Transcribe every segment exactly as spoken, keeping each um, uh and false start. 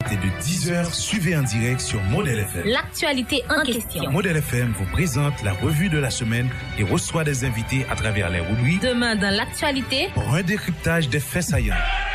et de dix heures, suivez en direct sur Modèle F M. L'actualité en question. Modèle F M vous présente la revue de la semaine et reçoit des invités à travers les rubriques. Demain dans l'actualité, pour un décryptage des faits saillants.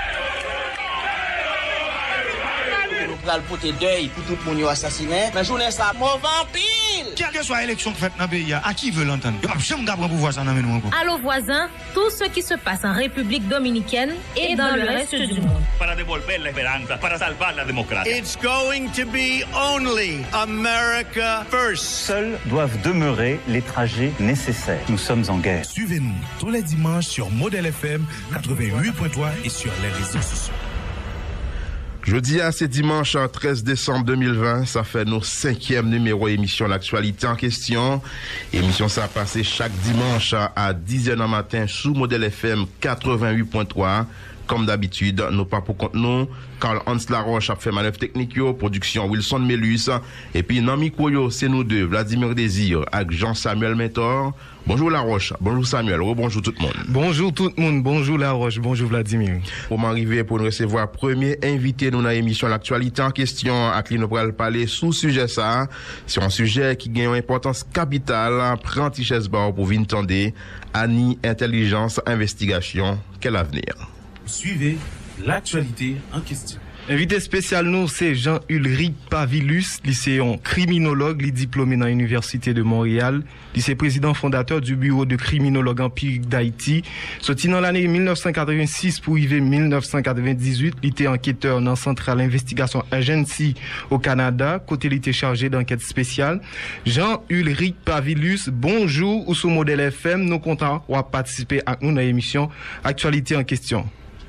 Nous allons porter deuil pour tout le monde assassiné. Mais journée ça, mon vampire. Quelle que soit l'élection faite dans le pays, à qui veut l'entendre? Je ne vais pas pouvoir ça dans nous. Allô voisins, tout ce qui se passe en République dominicaine et, et dans, dans le reste du monde. Para devolver la esperanza, para salvar la démocratie. It's going to be only America first. Seuls doivent demeurer les trajets nécessaires. Nous sommes en guerre. Suivez-nous tous les dimanches sur Modèle F M quatre-vingt-huit point trois et sur les réseaux sociaux. Jeudi à ce dimanche treize décembre deux mille vingt, ça fait nos cinquième numéro émission L'actualité en question. Émission ça passé chaque dimanche à dix heures du matin sous Modèle F M quatre-vingt-huit point trois. Comme d'habitude, nous pas pour compte nous. Carl Hans Laroche a fait manœuvre technique, production Wilson Melus. Et puis, dans micro, c'est nous deux, Vladimir Désir avec Jean-Samuel Mentor. Bonjour Laroche, bonjour Samuel, bonjour tout le monde. Bonjour tout le monde, bonjour Laroche, bonjour Vladimir. Pour m'arriver pour nous recevoir premier invité nous dans l'émission L'actualité en question, à qui nous pourrons parler sous sujet ça. C'est un sujet qui gagne une importance capitale, apprentissage pour venir tendre, Annie, intelligence, investigation, quel avenir? Suivez l'actualité en question. Invité spécial nous, c'est Jean-Ulrich Pavilus, lycéen criminologue, li diplômé dans l'Université de Montréal. Il est président fondateur du bureau de criminologue empirique d'Haïti. Sorti dans l'année mille neuf cent quatre-vingt-six pour arriver mille neuf cent quatre-vingt-dix-huit, il était enquêteur dans Central Investigation Agency au Canada. Côté il était chargé d'enquête spéciale. Jean-Ulrich Pavilus, bonjour, ou sous Modèle F M. Nous contents de participer à nous dans l'émission Actualité en question.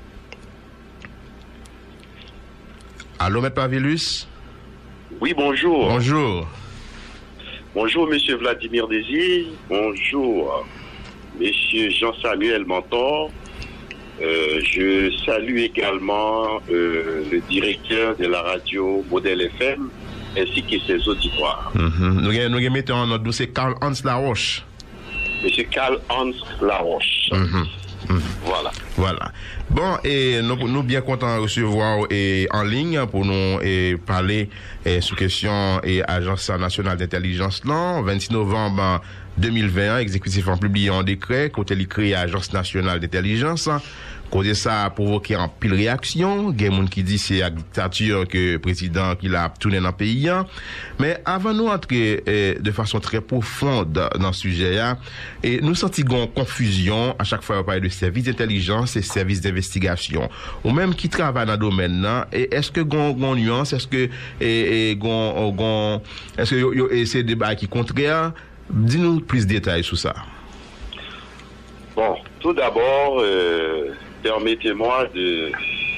Allô, M. Pavilus? Oui, bonjour. Bonjour. Bonjour, Monsieur Vladimir Désir. Bonjour, Monsieur Jean-Samuel Mentor. Euh, je salue également euh, le directeur de la radio Modèle F M ainsi que ses auditoires. Mm-hmm. Nous, nous mettons en notre dossier Carl Hans Laroche. Monsieur Carl Hans Laroche. Mm-hmm. Mmh. Voilà. Voilà. Bon, et nous, nous bien contents de recevoir et en ligne pour nous et parler et, sous question et Agence nationale d'intelligence là, vingt-six novembre deux mille vingt, exécutif a publié un décret côté il crée Agence nationale d'intelligence. Côté ça a provoqué en pile réaction. Il y a des gens qui disent c'est la dictature que le président qui l'a tourné dans le pays. Mais avant nous entrer eh, de façon très profonde dans ce sujet, et nous sentons confusion à chaque fois qu'on parle de services d'intelligence et services d'investigation. Ou même qui travaillent dans le domaine là. Et est-ce que gon nuance, est-ce que et, et gon gon est-ce que yo, yo, et c'est débat qui contraire? Dis-nous plus de détails sur ça. Bon, tout d'abord, euh, permettez-moi de,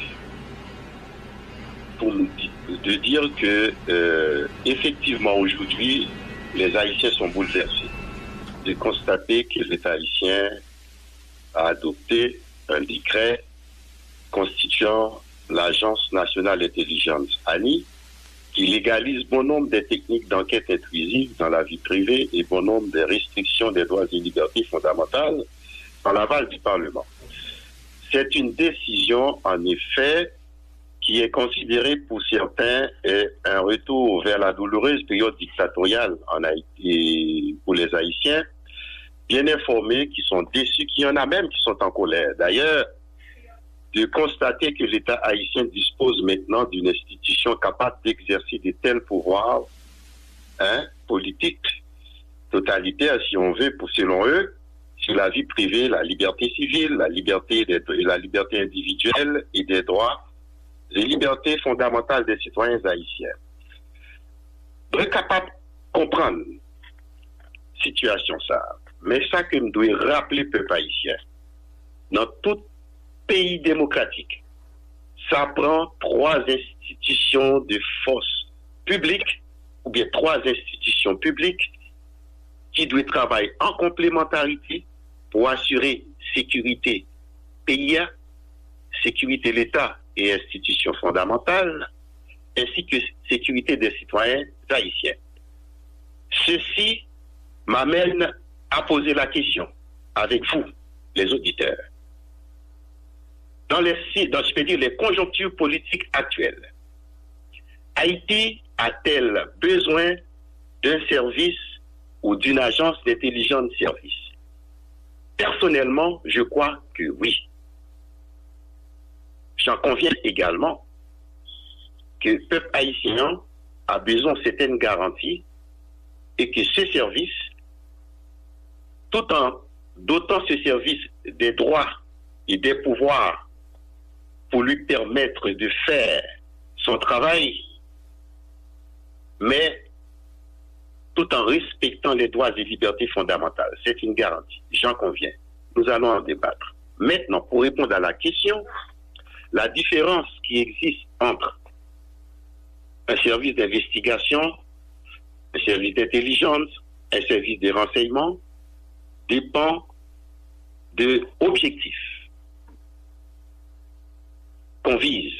pour nous, de dire que, euh, effectivement, aujourd'hui, les Haïtiens sont bouleversés. De constater que l'État haïtien a adopté un décret constituant l'Agence nationale d'intelligence, A N I, qui légalise bon nombre des techniques d'enquête intrusive dans la vie privée et bon nombre des restrictions des droits et libertés fondamentales dans l'aval du Parlement. C'est une décision, en effet, qui est considérée pour certains un retour vers la douloureuse période dictatoriale en Haïti pour les Haïtiens, bien informés, qui sont déçus, qui y en a même qui sont en colère. D'ailleurs, de constater que l'État haïtien dispose maintenant d'une institution capable d'exercer de tels pouvoirs hein, politiques, totalitaires, si on veut, pour selon eux, sur la vie privée, la liberté civile, la liberté, des, la liberté individuelle et des droits, les libertés fondamentales des citoyens haïtiens. Donc, capable de comprendre la situation ça. Mais ça que nous devons rappeler, peuple haïtien, dans tout pays démocratique, ça prend trois institutions de force publique, ou bien trois institutions publiques qui doivent travailler en complémentarité pour assurer sécurité pays, sécurité de l'État et institutions fondamentales, ainsi que sécurité des citoyens haïtiens. Ceci m'amène à poser la question avec vous, les auditeurs. Dans les, dans, je peux dire, les conjonctures politiques actuelles, Haïti a-t-elle besoin d'un service ou d'une agence d'intelligence service? Personnellement, je crois que oui. J'en conviens également que le peuple haïtien a besoin de certaines garanties et que ce service, tout en dotant ce service des droits et des pouvoirs pour lui permettre de faire son travail, mais tout en respectant les droits et libertés fondamentales. C'est une garantie, j'en conviens. Nous allons en débattre. Maintenant, pour répondre à la question, la différence qui existe entre un service d'investigation, un service d'intelligence, un service de renseignement, dépend de objectifs qu'on vise.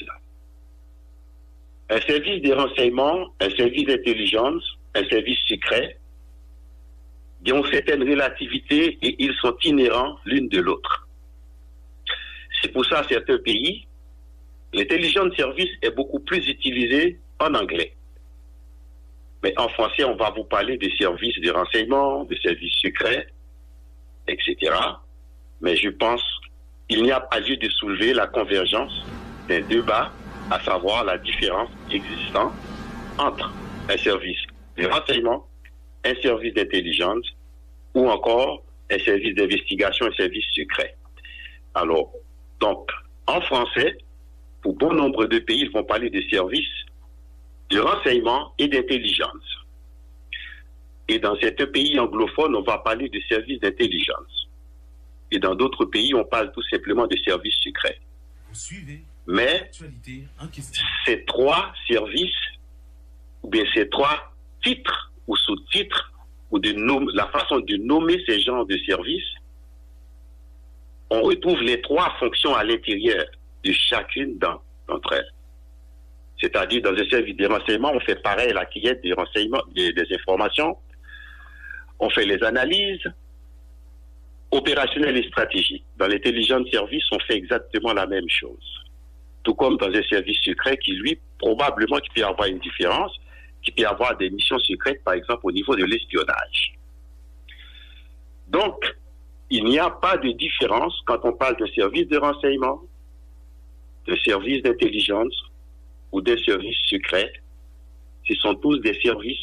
Un service de renseignement, un service d'intelligence, un service secret, ils ont certaines relativités et ils sont inhérents l'une de l'autre. C'est pour ça, certains pays, l'intelligence service est beaucoup plus utilisée en anglais. Mais en français, on va vous parler des services de renseignement, des services secrets, et cetera. Mais je pense qu'il n'y a pas lieu de soulever la convergence d'un débat, à savoir la différence existante entre un service de renseignement, un service d'intelligence ou encore un service d'investigation, un service secret. Alors, donc, en français, pour bon nombre de pays, ils vont parler de services de renseignement et d'intelligence. Et dans certains pays anglophones, on va parler de services d'intelligence. Et dans d'autres pays, on parle tout simplement de services secrets. Mais ces trois services, ou bien ces trois titres ou sous-titres, ou de nom, la façon de nommer ces genres de services, on retrouve les trois fonctions à l'intérieur de chacune d'entre elles. C'est-à-dire, dans un service de renseignement, on fait pareil à la cueillette des renseignements, des, des informations, on fait les analyses opérationnelles et stratégiques. Dans l'intelligence service, on fait exactement la même chose. Tout comme dans un service secret qui, lui, probablement, qui peut avoir une différence, qui peut avoir des missions secrètes, par exemple, au niveau de l'espionnage. Donc, il n'y a pas de différence quand on parle de service de renseignement, de service d'intelligence ou des services secrets. Ce sont tous des services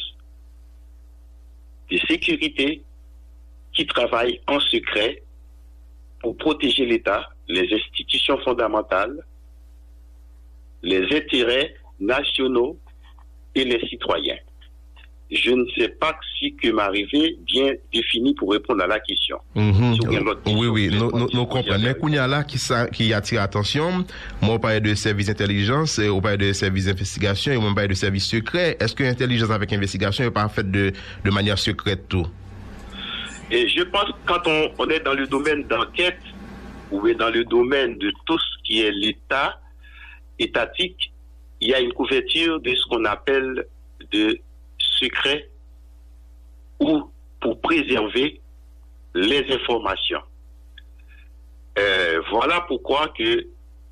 de sécurité qui travaillent en secret pour protéger l'État, les institutions fondamentales, les intérêts nationaux et les citoyens. Je ne sais pas si que m'arriver bien défini pour répondre à la question. Mm-hmm. Si question oui, oui, nous, nous, nous comprenons. Mais qu'il y a là qui, qui attire l'attention, moi, on parle de service d'intelligence, on parle de service d'investigation, et on parle de service secret. Est-ce que l'intelligence avec investigation n'est pas faite de, de manière secrète tout? Et je pense que quand on, on est dans le domaine d'enquête, ou est dans le domaine de tout ce qui est l'État étatique, il y a une couverture de ce qu'on appelle de secret ou pour préserver les informations. Euh, voilà pourquoi que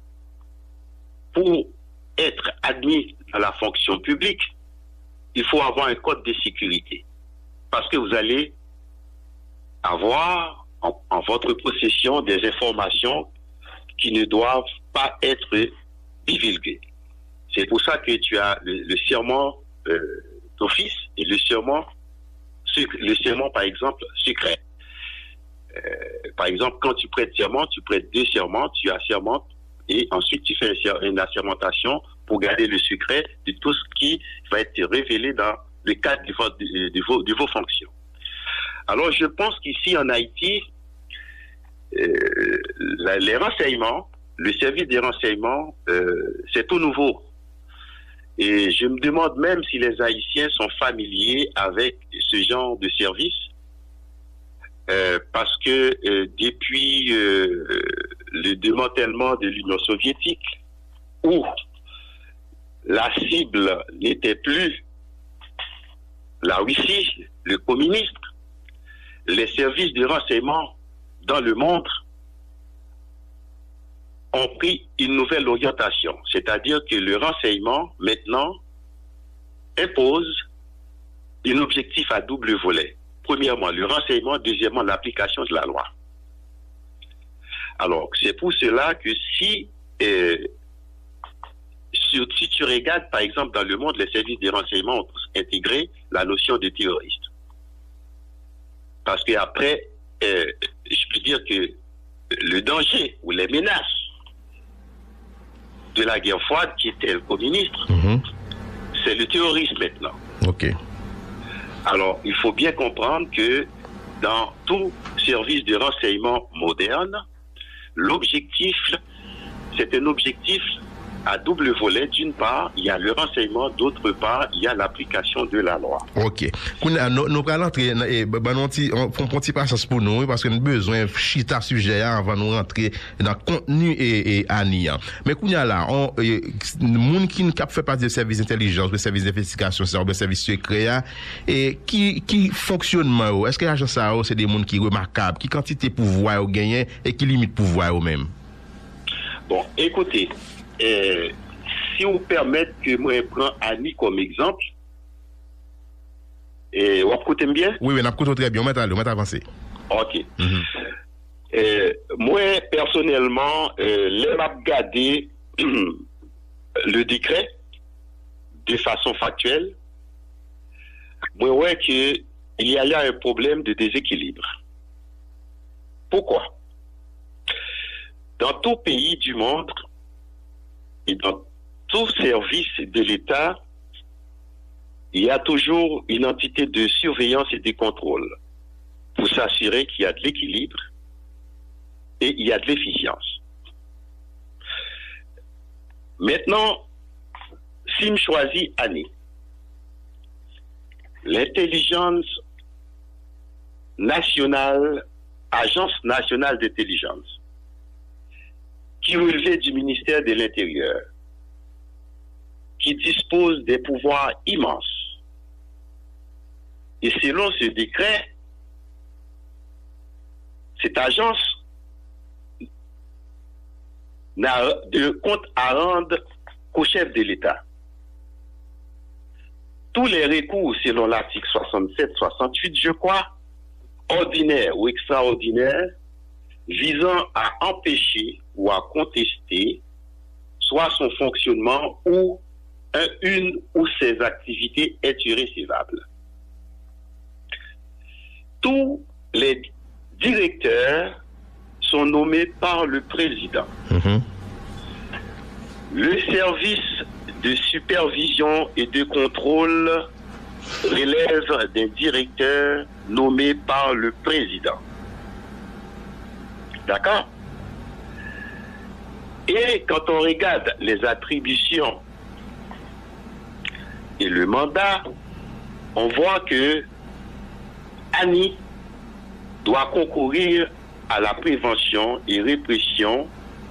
pour être admis à la fonction publique, il faut avoir un code de sécurité. Parce que vous allez avoir en, en votre possession des informations qui ne doivent pas être divulguées. C'est pour ça que tu as le, le serment euh, d'office et le serment, le serment par exemple secret. Euh, par exemple, quand tu prêtes serment, tu prêtes deux serments, tu assermentes et ensuite tu fais une assermentation pour garder le secret de tout ce qui va être révélé dans le cadre de, votre, de, de, vos, de vos fonctions. Alors je pense qu'ici en Haïti, euh, la, les renseignements, le service des renseignements, euh, c'est tout nouveau. Et je me demande même si les Haïtiens sont familiers avec ce genre de service, euh, parce que euh, depuis euh, le démantèlement de l'Union soviétique, où la cible n'était plus la Russie, le communisme, les services de renseignement dans le monde ont pris une nouvelle orientation. C'est-à-dire que le renseignement, maintenant, impose un objectif à double volet. Premièrement, le renseignement, deuxièmement, l'application de la loi. Alors, c'est pour cela que si, euh, si, si tu regardes, par exemple, dans le monde, les services de renseignement ont intégré la notion de terroriste. Parce qu'après, euh, je peux dire que le danger ou les menaces de la guerre froide qui était le communiste, mm-hmm. c'est le terrorisme maintenant. Ok. Alors, il faut bien comprendre que dans tout service de renseignement moderne, l'objectif, c'est un objectif à double volet. D'une part, il y a le renseignement, d'autre part, il y a l'application de la loi. Ok. Nous allons entrer, on prend un petit passage pour nous, parce que nous avons besoin de chita sujet avant de nous rentrer dans le contenu et, et à nier. Mais qu'on y a là, on, le monde qui fait partie des services d'intelligence, des services d'investigation, des services secrets, et qui, qui fonctionnement, est-ce que l'agence ça, c'est des gens qui sont remarquables, qui quantité de pouvoir gagnent et qui limite pouvoir eux-mêmes? Bon, écoutez, Euh, si vous permettez que moi je prends Annie comme exemple, et vous écoutez bien? Oui, oui, on écoute très bien, on va avancer. Ok. Mm-hmm. euh, moi, personnellement, euh, les m'a regardé le décret de façon factuelle. Moi, ouais que il y a là un problème de déséquilibre. Pourquoi? Dans tout pays du monde, et dans tout service de l'État, il y a toujours une entité de surveillance et de contrôle pour s'assurer qu'il y a de l'équilibre et il y a de l'efficience. Maintenant, si je choisis Annie, l'intelligence nationale, agence nationale d'intelligence, qui relevait du ministère de l'Intérieur, qui dispose des pouvoirs immenses. Et selon ce décret, cette agence n'a de compte à rendre qu'au chef de l'État. Tous les recours, selon l'article soixante-sept soixante-huit, je crois, ordinaires ou extraordinaires, visant à empêcher ou à contester soit son fonctionnement ou un, une ou ses activités est irrécevable. Tous les directeurs sont nommés par le président. Mmh. Le service de supervision et de contrôle relève d'un directeur nommé par le président. D'accord? Et quand on regarde les attributions et le mandat, on voit que Annie doit concourir à la prévention et répression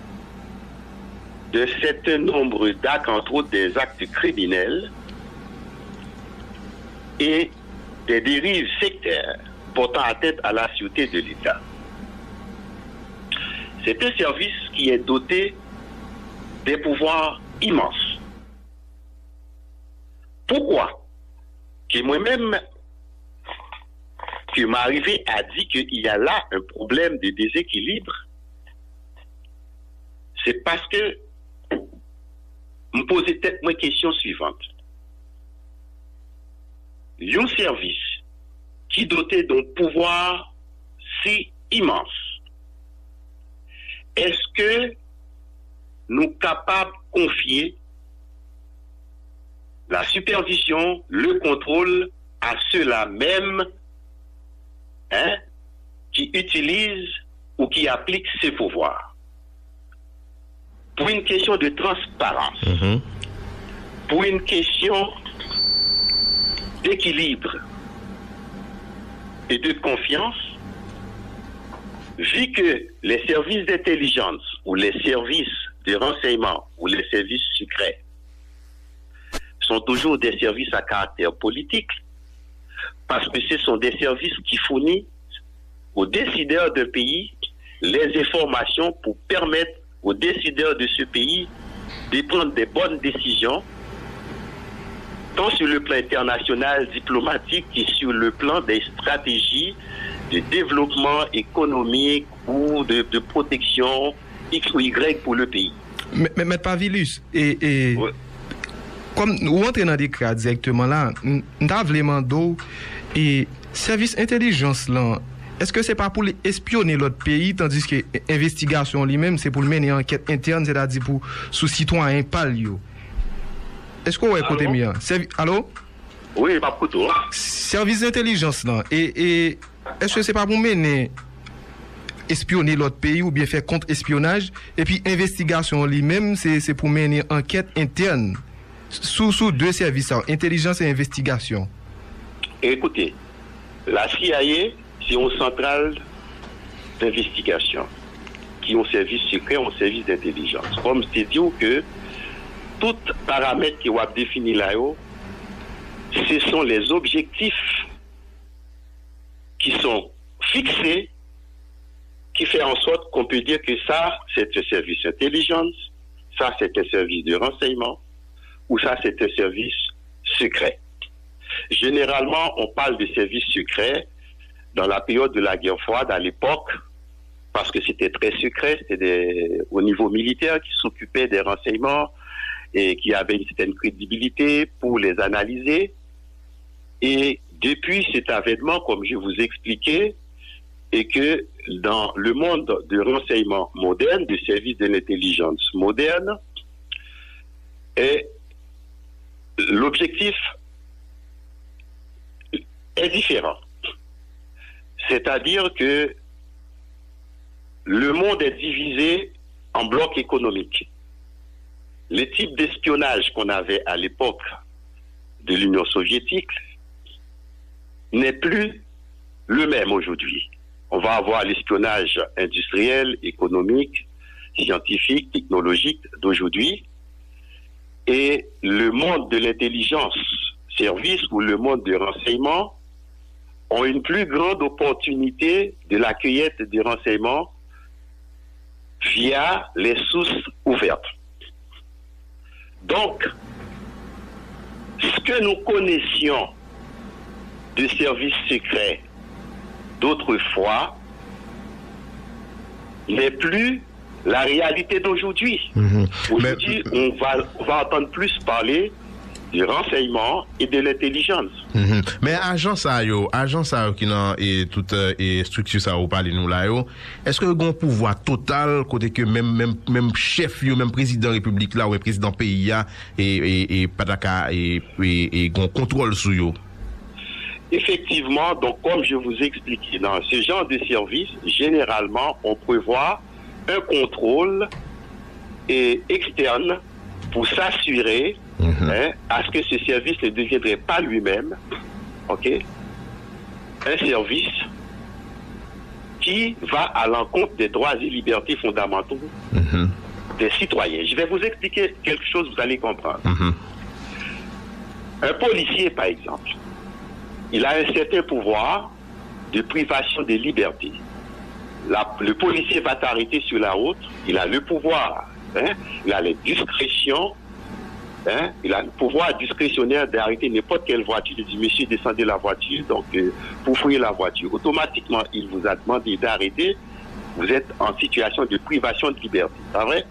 de certain nombre d'actes, entre autres des actes criminels et des dérives sectaires portant atteinte à la sûreté de l'État. C'est un service qui est doté des pouvoirs immenses. Pourquoi? Que moi-même, que m'arrivé à dire qu'il y a là un problème de déséquilibre, c'est parce que me posais peut-être une question suivante. Un service qui doté d'un pouvoir si immense, est-ce que nous sommes capables de confier la supervision, le contrôle à ceux-là même hein, qui utilisent ou qui appliquent ces pouvoirs? Pour une question de transparence, mmh. pour une question d'équilibre et de confiance, vu que les services d'intelligence ou les services de renseignement ou les services secrets sont toujours des services à caractère politique, parce que ce sont des services qui fournissent aux décideurs de pays les informations pour permettre aux décideurs de ce pays de prendre des bonnes décisions tant sur le plan international, diplomatique, que sur le plan des stratégies de développement économique ou de, de protection X ou Y pour le pays. Mais, mais, mais Pavilus, et, et ouais. Comme nous entrons dans des cas directement là, nous avons demandé et service intelligence là, est-ce que c'est pas pour espionner l'autre pays, tandis que l'investigation lui-même, c'est pour mener une enquête interne, c'est-à-dire pour sous citoyen palio. Est-ce qu'on va écouter bien? Servi... Allô? Oui, pas pour tout. Service d'intelligence là, et, et est-ce que c'est pas pour mener espionner l'autre pays ou bien faire contre-espionnage, et puis investigation lui-même, c'est, c'est pour mener enquête interne sous, sous deux services, intelligence et investigation. Écoutez, la C I A, c'est une centrale d'investigation qui est un service secret, un service d'intelligence. Comme c'est dit que tout paramètre qui va définir là-haut, ce sont les objectifs qui sont fixés, qui fait en sorte qu'on peut dire que ça, c'est un service intelligence, ça, c'est un service de renseignement, ou ça, c'est un service secret. Généralement, on parle de service secret dans la période de la guerre froide, à l'époque, parce que c'était très secret, c'était des, au niveau militaire qui s'occupaient des renseignements et qui avaient une certaine crédibilité pour les analyser. Et depuis cet avènement, comme je vous expliquais, et que dans le monde de renseignement moderne, de services de l'intelligence moderne, et l'objectif est différent. C'est-à-dire que le monde est divisé en blocs économiques. Le type d'espionnage qu'on avait à l'époque de l'Union soviétique n'est plus le même aujourd'hui. On va avoir l'espionnage industriel, économique, scientifique, technologique d'aujourd'hui. Et le monde de l'intelligence, service ou le monde du renseignement ont une plus grande opportunité de la cueillette des renseignements via les sources ouvertes. Donc, ce que nous connaissions de services secrets d'autrefois n'est plus la réalité d'aujourd'hui. Mmh. Aujourd'hui, Mais... on, va, on va entendre plus parler du renseignement et de l'intelligence. Mmh. Mais agence ça yo, agence ça qui nan et toute et structure ça ou parler nous là yo, est-ce que gon pouvoir total côté que même même même chef yo, même président république là ou président pays là et et et pataka et et, et gon contrôle sur yo? Effectivement, donc comme je vous expliquais, dans ce genre de service, généralement, on prévoit un contrôle et externe pour s'assurer mm-hmm. hein, à ce que ce service ne deviendrait pas lui-même, ok, un service qui va à l'encontre des droits et libertés fondamentaux mm-hmm. des citoyens. Je vais vous expliquer quelque chose, vous allez comprendre. Mm-hmm. Un policier, par exemple, il a un certain pouvoir de privation des libertés. La, le policier va t'arrêter sur la route, il a le pouvoir, hein, il a les discrétions, hein, il a le pouvoir discrétionnaire d'arrêter n'importe quelle voiture. Il dit, monsieur, descendez la voiture, donc euh, pour fouiller la voiture. Automatiquement, il vous a demandé d'arrêter, vous êtes en situation de privation de liberté, c'est vrai?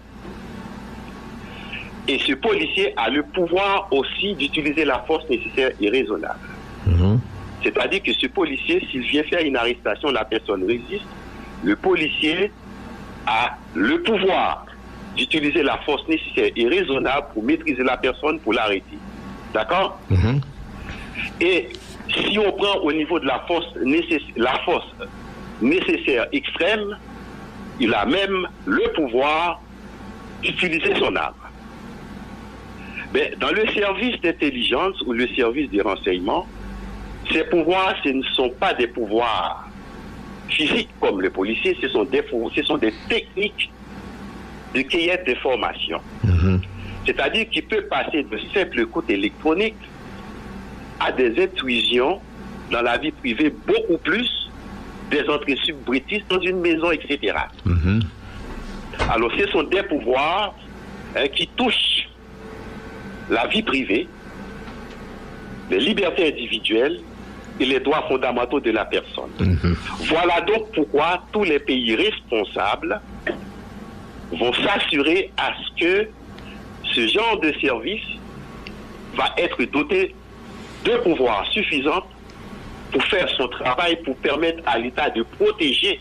Et ce policier a le pouvoir aussi d'utiliser la force nécessaire et raisonnable. Mmh. C'est-à-dire que ce policier, s'il vient faire une arrestation, la personne résiste, le policier a le pouvoir d'utiliser la force nécessaire et raisonnable pour maîtriser la personne, pour l'arrêter. D'accord? Mmh. Et si on prend au niveau de la force, nécess- la force nécessaire extrême, il a même le pouvoir d'utiliser son arme. Mais dans le service d'intelligence ou le service de renseignement, ces pouvoirs, ce ne sont pas des pouvoirs physiques comme le policier, ce sont des, ce sont des techniques de cueillette d'informations. Mmh. C'est-à-dire qu'il peut passer de simples écoutes électroniques à des intuitions dans la vie privée, beaucoup plus des entrées subreptices dans une maison, et cetera. Mmh. Alors, ce sont des pouvoirs hein, qui touchent la vie privée les libertés individuelles et les droits fondamentaux de la personne. Mmh. Voilà donc pourquoi tous les pays responsables vont s'assurer à ce que ce genre de service va être doté de pouvoirs suffisants pour faire son travail, pour permettre à l'État de protéger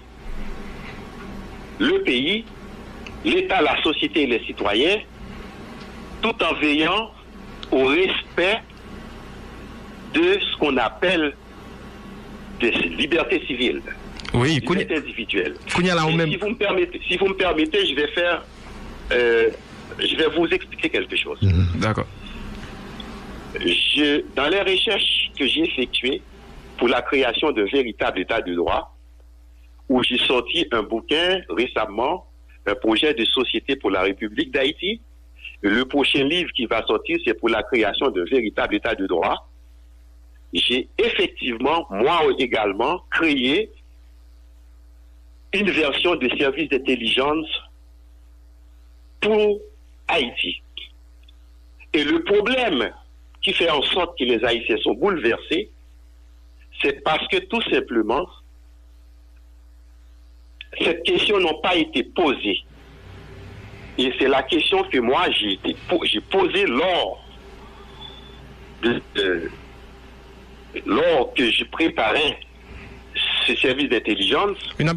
le pays, l'État, la société et les citoyens, tout en veillant au respect de ce qu'on appelle des libertés civiles, oui, libertés individuelles. Même... Si vous me permettez, si vous me permettez, je vais faire, euh, je vais vous expliquer quelque chose. Mmh, d'accord. Je, dans les recherches que j'ai effectuées pour la création d'un véritable état de droit, où j'ai sorti un bouquin récemment, un projet de société pour la République d'Haïti. Le prochain livre qui va sortir, c'est pour la création d'un véritable état de droit. J'ai effectivement, moi également, créé une version de service d'intelligence pour Haïti. Et le problème qui fait en sorte que les Haïtiens sont bouleversés, c'est parce que tout simplement, cette question n'a pas été posée. Et c'est la question que moi j'ai posée lors de, de lors que je préparais ce service d'intelligence.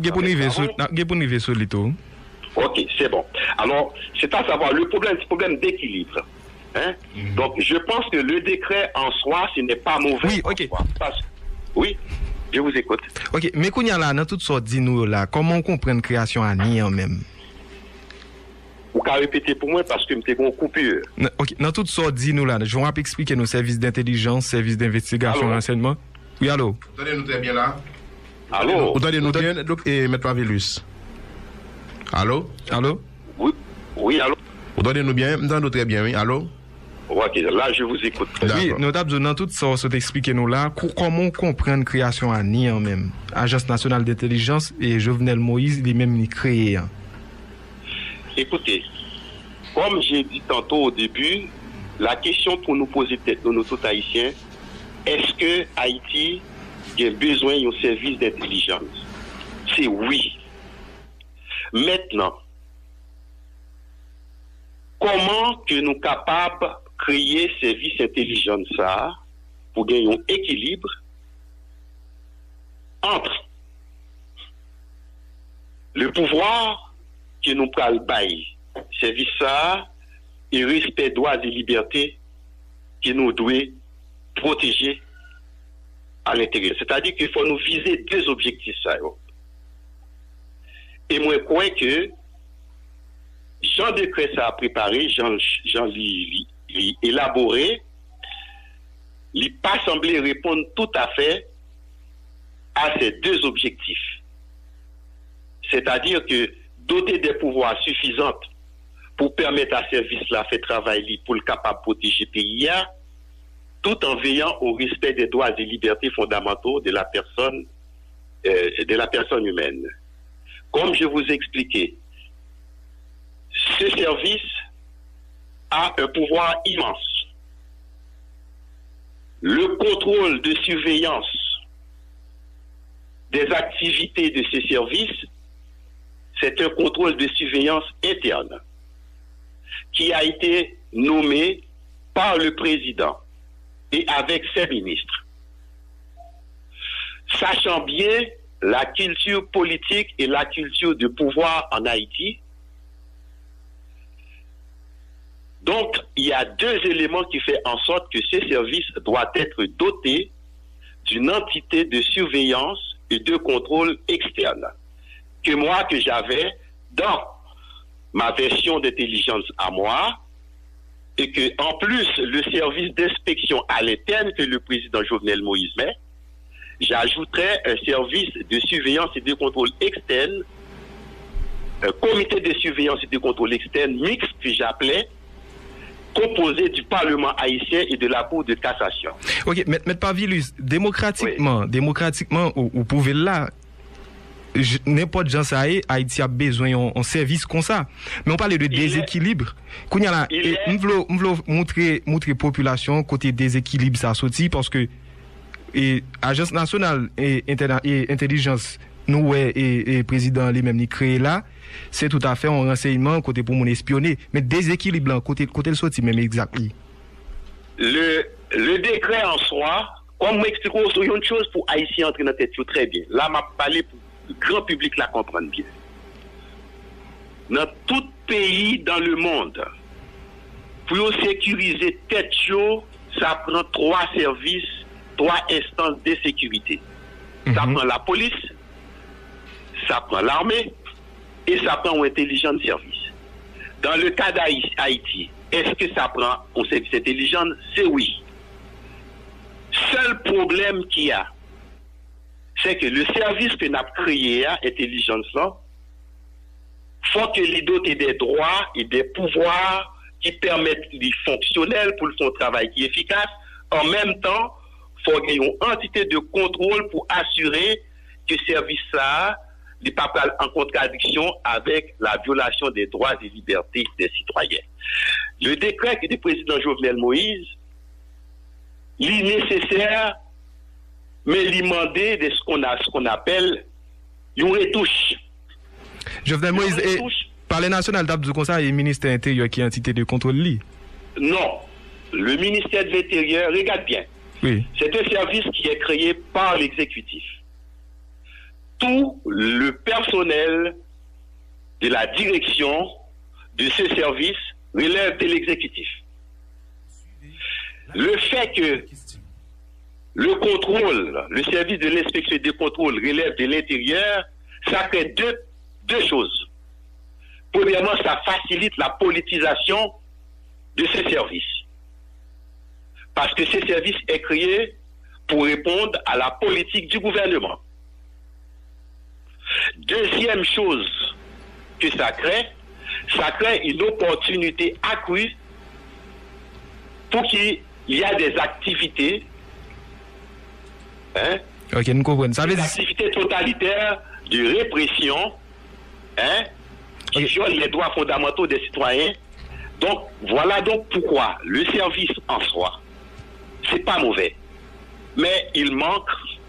Ok, c'est bon. Alors, c'est à savoir le problème, c'est problème d'équilibre. Hein? Mm-hmm. Donc, je pense que le décret en soi, ce n'est pas mauvais. Oui, ok. Parce... Oui, je vous écoute. Ok, mais Kounia là, dans toutes sortes, dis-nous là, comment on comprend une création à néant même? Vous pouvez répéter pour moi parce que je suis en coupure. Ok, dans toutes sortes, dis-nous là, je vais expliquer nos services d'intelligence, services d'investigation, renseignement. Oui, allô? Vous entendez-nous très bien là? Allô? Vous entendez-nous bien, donc, et M. Pavilus? Allô? Allô? Oui, oui, allô? Vous entendez-nous bien? Vous entendez-nous très bien, oui, allô? Ok, là, je vous écoute. Oui, notable, dans toutes sortes, c'est expliquer-nous là, comment on comprend une création à néant même? Agence nationale d'intelligence et Jovenel Moïse, il est même créé. Écoutez, comme j'ai dit tantôt au début, la question pour nous poser peut-être nous tous haïtiens, est-ce que Haïti a besoin d'un service d'intelligence? C'est oui. Maintenant, comment que nous sommes capables de créer service d'intelligence ça pour gagner un équilibre entre le pouvoir que nous prenons bail, service ça, et respect des droits et libertés que nous devons protéger à l'intérieur. C'est-à-dire qu'il faut nous viser deux objectifs. Ça. Et moi, je crois que Jean Décret ça a préparé, Jean, Jean l'y élaboré, il n'a pas semblé répondre tout à fait à ces deux objectifs. C'est-à-dire que doter des pouvoirs suffisants pour permettre à ce service-là de faire travail pour le capable de protéger le pays, tout en veillant au respect des droits et libertés fondamentaux de la personne, euh, de la personne humaine. Comme je vous ai expliqué, ce service a un pouvoir immense. Le contrôle de surveillance des activités de ce service, c'est un contrôle de surveillance interne qui a été nommé par le président et avec ses ministres. Sachant bien la culture politique et la culture de pouvoir en Haïti, donc il y a deux éléments qui font en sorte que ce service doit être doté d'une entité de surveillance et de contrôle externe que moi, que j'avais dans ma version d'intelligence à moi, et que en plus, le service d'inspection à l'interne que le président Jovenel Moïse met, j'ajouterais un service de surveillance et de contrôle externe, un comité de surveillance et de contrôle externe mixte que j'appelais, composé du Parlement haïtien et de la Cour de cassation. Ok, M. Pavilus, démocratiquement, oui. démocratiquement, vous, vous pouvez là n'importe gens ça est, Haïti a besoin d'un service comme ça. Mais on parle de déséquilibre. Qu'on y a là, on veut montrer montrer population côté déséquilibre ça sorti parce que et agence nationale et, et intelligence nous et, et, et président lui-même ni créé là, c'est tout à fait un renseignement côté pour mon espionner, mais déséquilibre là côté côté le sorti même exactement. Le le décret en soi, comme moi explique sur une chose pour Haïtien entrer dans tête très bien. Là m'a parlé pour le grand public la comprendre bien. Dans tout pays dans le monde, pour sécuriser tête chaud, ça prend trois services, trois instances de sécurité. Mm-hmm. Ça prend la police, ça prend l'armée et ça prend un intelligence service. Dans le cas d'Haïti, est-ce que ça prend un service intelligent? C'est oui. Seul problème qu'il y a, c'est que le service que nous avons créé, intelligence là, faut que les dotés des droits et des pouvoirs qui permettent les fonctionnels pour son travail qui est efficace. En même temps, il faut qu'il y ait une entité de contrôle pour assurer que ce service-là n'est pas en contradiction avec la violation des droits et libertés des citoyens. Le décret du président Jovenel Moïse, il est nécessaire, mais il demandé de ce qu'on a, ce qu'on appelle une retouche. Jovenel Moïse, et par les nationales d'Abdou Konsa et le ministère intérieur qui est entité de contrôle li? Non. Le ministère de l'Intérieur, regarde bien. Oui. C'est un service qui est créé par l'exécutif. Tout le personnel de la direction de ce service relève de l'exécutif. Le fait que le contrôle, le service de l'inspection et des contrôles relève de l'intérieur, ça crée deux, deux choses. Premièrement, ça facilite la politisation de ces services. Parce que ce service est créé pour répondre à la politique du gouvernement. Deuxième chose que ça crée, ça crée une opportunité accrue pour qu'il y ait des activités, hein, ok, nous comprenons. Ça veut des activités totalitaires de répression, hein, qui okay. violent les droits fondamentaux des citoyens. Donc, voilà donc pourquoi le service en soi, c'est pas mauvais. Mais il manque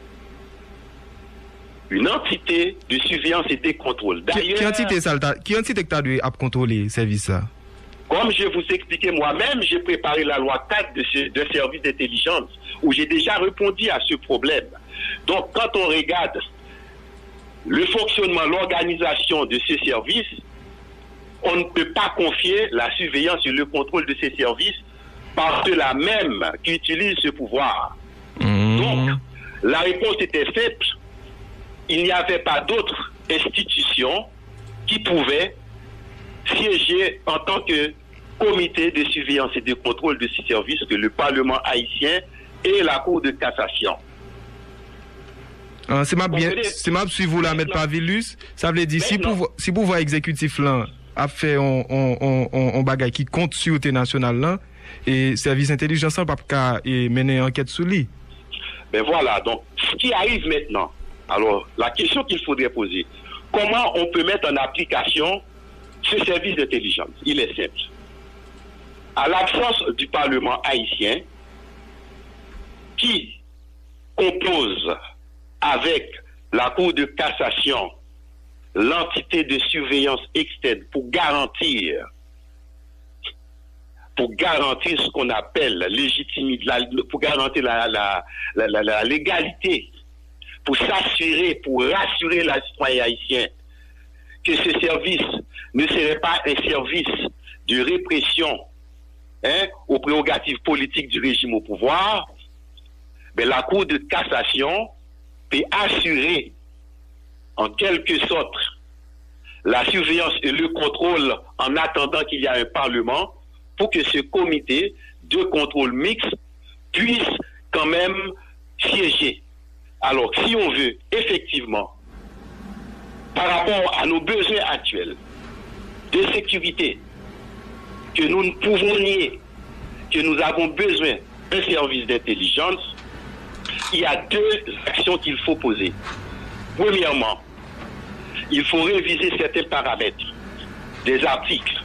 une entité de surveillance et de contrôle. D'ailleurs, qui entité ça, qui entité que tu as dû contrôler le service là? Comme je vous expliquais moi-même, j'ai préparé la loi quatre de, ce, de service d'intelligence où j'ai déjà répondu à ce problème. Donc, quand on regarde le fonctionnement, l'organisation de ce service, on ne peut pas confier la surveillance et le contrôle de ces services par ceux-là même qui utilisent ce pouvoir. Mmh. Donc, la réponse était simple. Il n'y avait pas d'autres institutions qui pouvaient siéger en tant que comité de surveillance et de contrôle de ces services que le Parlement haïtien et la Cour de cassation. Ah, c'est ma bien, c'est ma si vous la mettre par Vilus, ça veut dire si pouvoir, si pouvoir exécutif là a fait on on on on bagaille qui compte sûreté nationale là et service intelligence pas qu'à mener enquête sur lui. Ben voilà, donc ce qui arrive maintenant. Alors, la question qu'il faudrait poser, comment on peut mettre en application ce service d'intelligence? Il est simple. À l'absence du Parlement haïtien, qui compose avec la Cour de cassation l'entité de surveillance externe pour garantir pour garantir ce qu'on appelle la légitimité, la, pour garantir la, la, la, la, la légalité, pour s'assurer, pour rassurer la citoyen haïtien que ce service ne serait pas un service de répression, hein, aux prérogatives politiques du régime au pouvoir, mais la Cour de cassation peut assurer en quelque sorte la surveillance et le contrôle en attendant qu'il y ait un Parlement pour que ce comité de contrôle mixte puisse quand même siéger. Alors, si on veut effectivement, par rapport à nos besoins actuels de sécurité, que nous ne pouvons nier que nous avons besoin d'un service d'intelligence, il y a deux actions qu'il faut poser. Premièrement, il faut réviser certains paramètres des articles.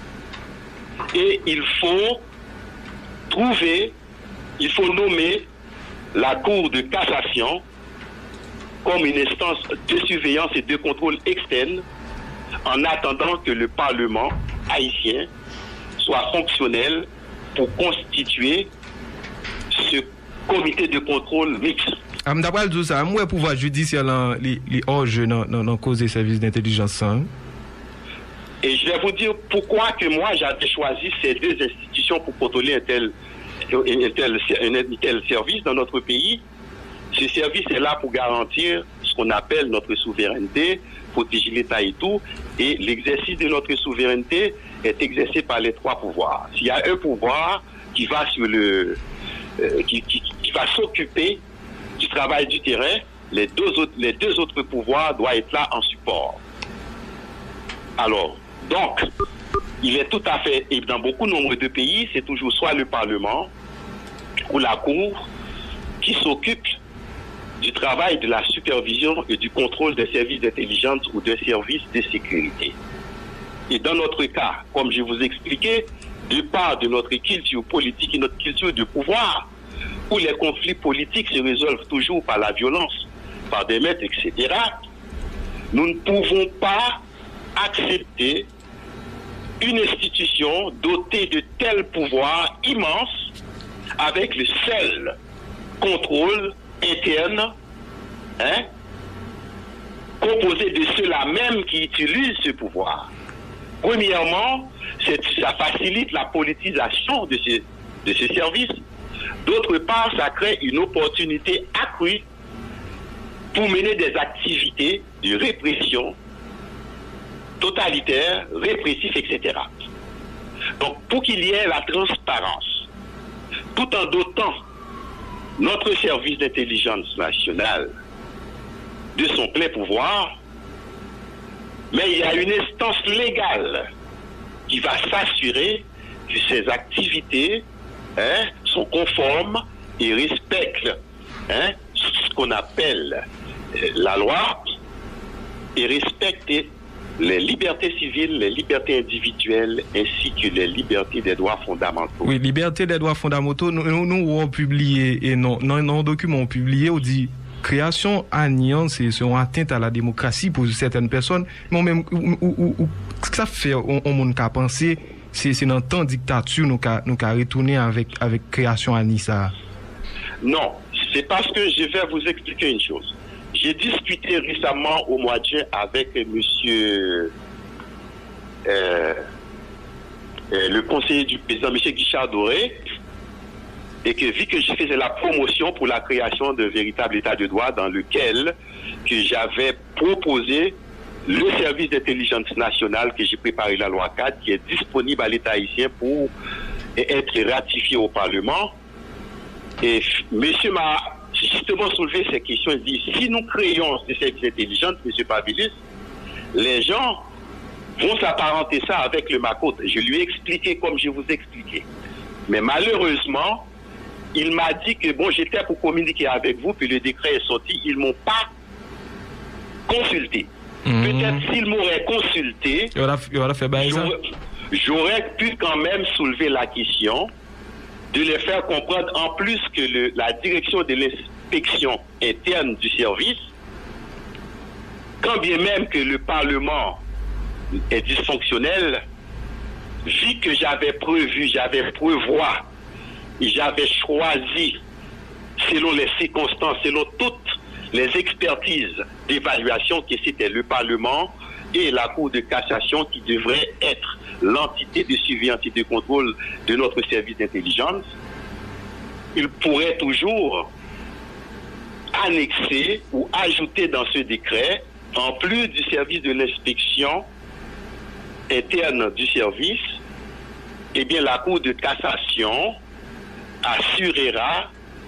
Et il faut trouver, il faut nommer la Cour de cassation comme une instance de surveillance et de contrôle externe en attendant que le Parlement haïtien soit fonctionnel pour constituer ce comité de contrôle mixte. D'après tout ça, moi, le pouvoir judiciaire, les orges dans la cause des services d'intelligence. Et je vais vous dire pourquoi que moi j'avais choisi ces deux institutions pour contrôler un tel, un tel, un tel service dans notre pays. Ce service est là pour garantir ce qu'on appelle notre souveraineté, protéger l'État et tout. Et l'exercice de notre souveraineté est exercé par les trois pouvoirs. S'il y a un pouvoir qui va sur le, euh, qui, qui, qui va s'occuper du travail du terrain, les deux autres, les deux autres pouvoirs doivent être là en support. Alors, donc, il est tout à fait, et dans beaucoup nombre de pays, c'est toujours soit le Parlement ou la Cour qui s'occupe du travail de la supervision et du contrôle des services d'intelligence ou des services de sécurité. Et dans notre cas, comme je vous expliquais, de part de notre culture politique et notre culture du pouvoir, où les conflits politiques se résolvent toujours par la violence, par des maîtres, et cetera, nous ne pouvons pas accepter une institution dotée de tels pouvoirs immenses avec le seul contrôle interne, hein, composé de ceux-là même qui utilisent ce pouvoir. Premièrement, ça facilite la politisation de ce, de ce service. D'autre part, ça crée une opportunité accrue pour mener des activités de répression totalitaire, répressif, et cetera. Donc, pour qu'il y ait la transparence, tout en dotant notre service d'intelligence nationale de son plein pouvoir, mais il y a une instance légale qui va s'assurer que ces activités, hein, sont conformes et respectent, hein, ce qu'on appelle euh, la loi et respectent les libertés civiles, les libertés individuelles, ainsi que les libertés des droits fondamentaux. Oui, liberté des droits fondamentaux, nous, nous, nous avons publié, et non, non, non, document publié, on dit création aniant, c'est une atteinte à la démocratie pour certaines personnes, mais même, ou, ou, ou, ce que ça fait, on, on a pensé, c'est, c'est dans le temps dictature, nous avons nous retourné avec, avec création anissa. Non, c'est parce que je vais vous expliquer une chose. J'ai discuté récemment au mois de juin avec monsieur euh, euh, le conseiller du président, monsieur Guichard Doré, et que vu que je faisais la promotion pour la création d'un véritable état de droit dans lequel que j'avais proposé le service d'intelligence nationale, que j'ai préparé la loi quatre, qui est disponible à l'État haïtien pour être ratifié au Parlement. Et monsieur m'a justement soulevé ces questions. Il dit, si nous créons ces services d'intelligence, monsieur Pabilis, les gens vont s'apparenter ça avec le MACOT. Je lui ai expliqué comme je vous ai expliqué. Mais malheureusement, il m'a dit que bon, j'étais pour communiquer avec vous, puis le décret est sorti, ils ne m'ont pas consulté. Mmh. Peut-être s'ils m'auraient consulté, il aura, il aura fait j'aurais, j'aurais pu quand même soulever la question de les faire comprendre, en plus que le, la direction de l'inspection interne du service, quand bien même que le Parlement est dysfonctionnel, vu que j'avais prévu, j'avais prévoit, et j'avais choisi, selon les circonstances, selon toutes les expertises d'évaluation, que c'était le Parlement et la Cour de cassation qui devrait être l'entité de surveillance et de contrôle de notre service d'intelligence, il pourrait toujours annexer ou ajouter dans ce décret, en plus du service de l'inspection interne du service, eh bien la Cour de cassation assurera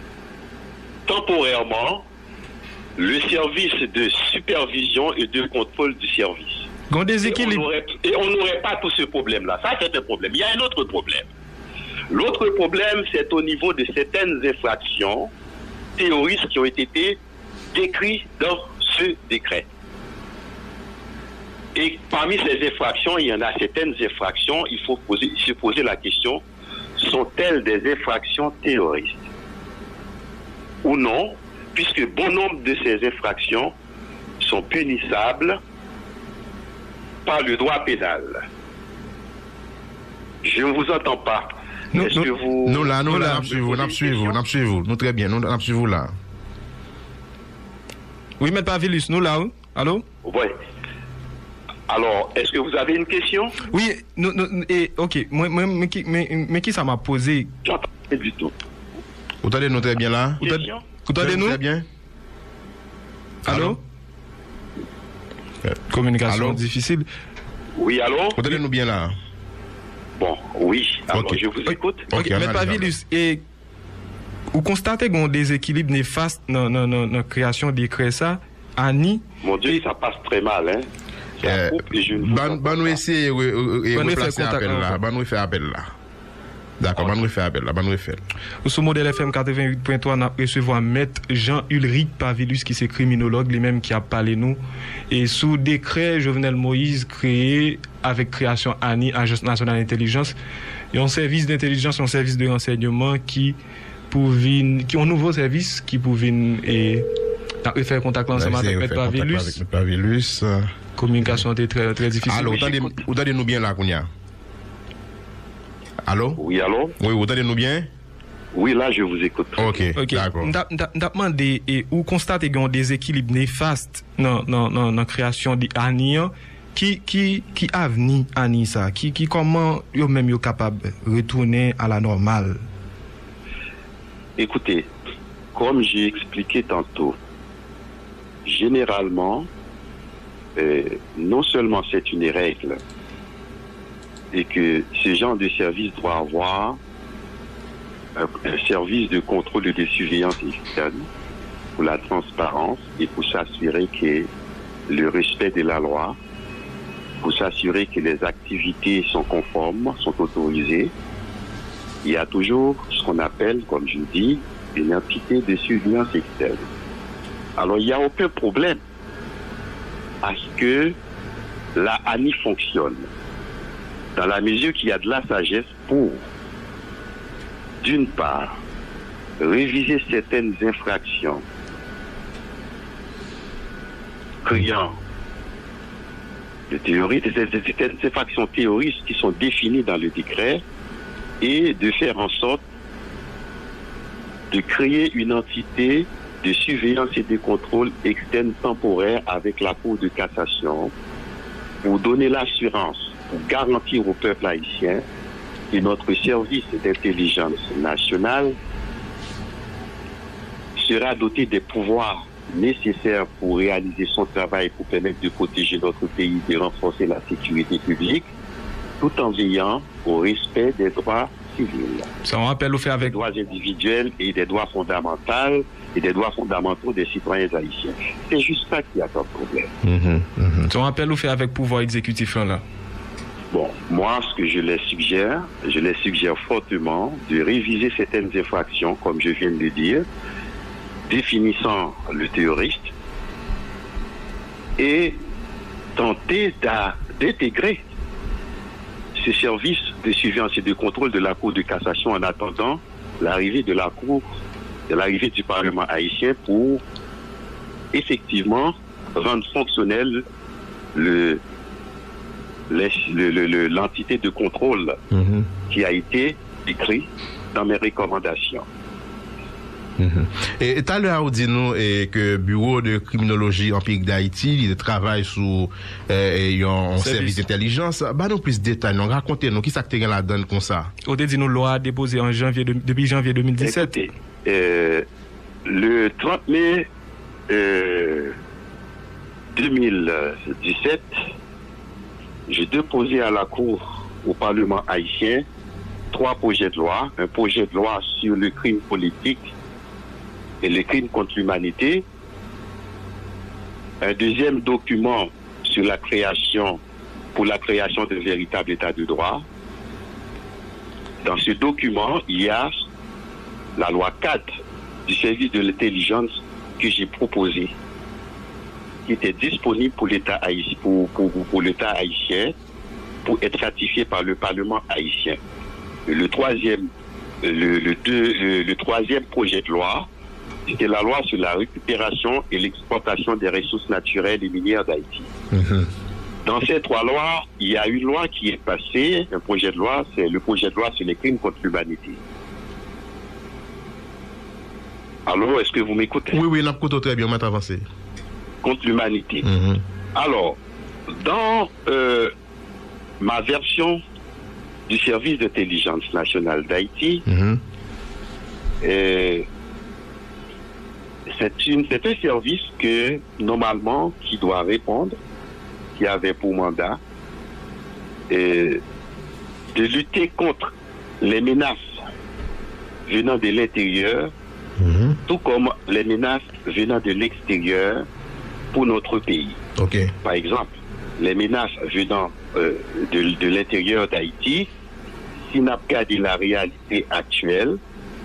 temporairement le service de supervision et de contrôle du service. Et on n'aurait pas tout ce problème-là. Ça, c'est un problème. Il y a un autre problème. L'autre problème, c'est au niveau de certaines infractions terroristes qui ont été décrites dans ce décret. Et parmi ces infractions, il y en a certaines infractions, il faut poser, se poser la question, sont-elles des infractions terroristes ou non, puisque bon nombre de ces infractions sont punissables par le droit pénal. Je ne vous entends pas. Nous, Est-ce nous, que vous... nous là, nous là, nous suivons, nous suivons, nous suivons, nous très bien, nous nous suivons là. Oui, mais pas Vilus, nous là, allô? Oui. Alors, est-ce que vous avez une question? Oui, nous, nous, et, ok, moi, moi, mais, qui, mais, mais qui ça m'a posé? J'entends pas du tout. Vous entendez-nous très bien là? Vous entendez-nous? Très bien. Allô? Communication allô? Difficile. Oui, allô? Vous entendez-nous bien là? Bon, oui, alors okay. je vous écoute. Ok, okay, mais pas Vilus, et vous constatez qu'il y a un déséquilibre néfaste dans la création des créas ça, Annie? Mon Dieu, et... ça passe très mal, hein? Euh, ban, ban nous essayer de replacer appel là. Ban nous faire appel là. D'accord, ban nous faire appel là. Ban nous faire. Sur modèle F M quatre-vingt-huit point trois, on a recevoir maître Jean-Ulrich Pavilus qui est criminologue, lui-même qui a parlé nous. Et sous décret Jovenel Moïse créé avec création A N I, Agence nationale d'intelligence, il y a un service d'intelligence, un service de renseignement qui pouvait, qui ont un nouveau service qui pouvait et faire contact ensemble avec maître Pavilus. Pavilus. Communication était très, très difficile. Allô, vous entendez-nous bien là, Kounia? Allô? Oui, allô? Oui, vous entendez-nous bien? Oui, là, je vous écoute. Ok, okay. D'accord. On a demandé, et où constatez qu'il y a un déséquilibre néfaste dans la création de A N I, qui, qui, qui a venu A N I ça? Qui, qui, comment yo même yo capable de retourner à la normale? Écoutez, comme j'ai expliqué tantôt, généralement, Euh, non seulement c'est une règle et que ce genre de service doit avoir un, un service de contrôle et de surveillance efficace pour la transparence et pour s'assurer que le respect de la loi, pour s'assurer que les activités sont conformes, sont autorisées. Il y a toujours ce qu'on appelle, comme je dis, une entité de surveillance externe. Alors il n'y a aucun problème à ce que la A N I fonctionne, dans la mesure qu'il y a de la sagesse pour, d'une part, réviser certaines infractions créant de théorie, certaines infractions terroristes qui sont définies dans le décret, et de faire en sorte de créer une entité de surveillance et de contrôle externe temporaire avec la Cour de cassation pour donner l'assurance, pour garantir au peuple haïtien que notre service d'intelligence nationale sera doté des pouvoirs nécessaires pour réaliser son travail, pour permettre de protéger notre pays, de renforcer la sécurité publique, tout en veillant au respect des droits civils. Ça on rappelle au fait avec des droits individuels et des droits fondamentaux et des droits fondamentaux des citoyens haïtiens. C'est juste ça qui a un problème. Mmh, mmh. Ça on rappelle au fait avec pouvoir exécutif là. Bon, moi, ce que je les suggère, je les suggère fortement de réviser certaines infractions, comme je viens de le dire, définissant le terroriste et tenter d'intégrer ce service de surveillance et de contrôle de la Cour de cassation en attendant l'arrivée de la Cour, de l'arrivée du Parlement haïtien pour effectivement rendre fonctionnel le l'entité de contrôle mmh. qui a été écrit dans mes recommandations. Mmh. Et tout à l'heure, vous dites nous et que le Bureau de criminologie en pays d'Haïti, il travaille sous euh, un service d'intelligence. Bah, nous plus de détails, nous racontez-nous qui s'est la donne comme ça. Au dit nous loi déposée en janvier de, depuis janvier deux mille dix-sept. Écoutez, euh, le trente mai euh, deux mille dix-sept, j'ai déposé à la Cour, au Parlement haïtien, trois projets de loi. Un projet de loi sur le crime politique et les crimes contre l'humanité. Un deuxième document sur la création, pour la création d'un véritable état de droit. Dans ce document, il y a la loi quatre du service de l'intelligence que j'ai proposée. qui était disponible pour l'État haïtien, pour, pour, pour l'État haïtien pour être ratifié par le Parlement haïtien. Le troisième, le, le, deux, le, le troisième projet de loi, c'était la loi sur la récupération et l'exploitation des ressources naturelles et minières d'Haïti. Mm-hmm. Dans ces trois lois, il y a une loi qui est passée, un projet de loi, c'est le projet de loi sur les crimes contre l'humanité. Alors, est-ce que vous m'écoutez? Oui, oui, l'apcoute très bien, on m'a avancé. Contre l'humanité. Mm-hmm. Alors, dans euh, ma version du service d'intelligence nationale d'Haïti, mm-hmm. euh, c'est, une, c'est un service que, normalement, qui doit répondre, qui avait pour mandat euh, de lutter contre les menaces venant de l'intérieur, mmh. tout comme les menaces venant de l'extérieur pour notre pays. Okay. Par exemple, les menaces venant euh, de, de l'intérieur d'Haïti, si on regarde la réalité actuelle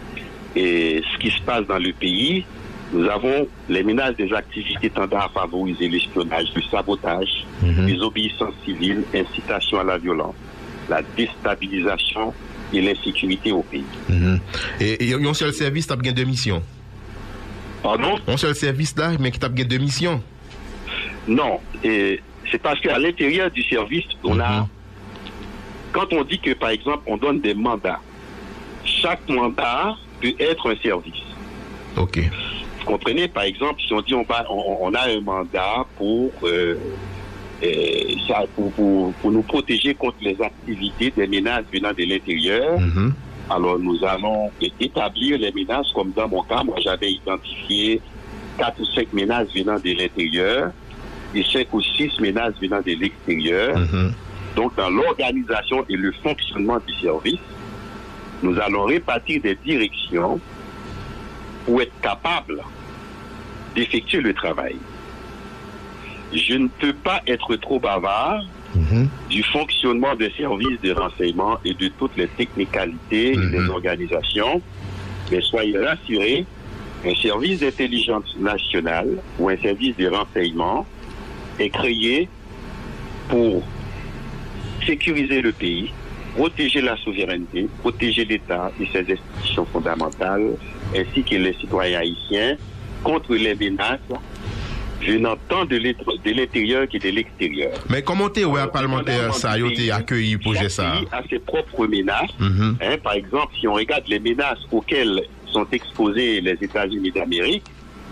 et ce qui se passe dans le pays, nous avons les menaces des activités tendant à favoriser l'espionnage, le sabotage, mmh. les obéissances civiles, incitation à la violence, la déstabilisation et l'insécurité au pays. Mmh. Et il y a un seul service qui a bien deux missions. Pardon? Un seul service là, mais qui a bien deux missions. Non, et c'est parce qu'à l'intérieur du service, on mmh. a... Quand on dit que, par exemple, on donne des mandats, chaque mandat peut être un service. Ok. Vous comprenez, par exemple, si on dit on, va, on, on a un mandat pour, euh, euh, ça, pour, pour, pour nous protéger contre les activités des menaces venant de l'intérieur, mm-hmm. alors nous allons établir les menaces, comme dans mon cas, moi j'avais identifié quatre ou cinq menaces venant de l'intérieur et cinq ou six menaces venant de l'extérieur. Mm-hmm. Donc dans l'organisation et le fonctionnement du service, nous allons répartir des directions pour être capable d'effectuer le travail. Je ne peux pas être trop bavard mmh. du fonctionnement des services de renseignement et de toutes les technicalités mmh. et des organisations, mais soyez rassurés, un service d'intelligence nationale ou un service de renseignement est créé pour sécuriser le pays, protéger la souveraineté, protéger l'État et ses institutions fondamentales, ainsi que les citoyens haïtiens, contre les menaces venant tant de l'intérieur que de l'extérieur. Mais comment t'es ouais, parlementaire ça a été accueilli pour ça? Chaque pays a ses propres menaces. Mm-hmm. Hein, par exemple, si on regarde les menaces auxquelles sont exposés les États-Unis d'Amérique,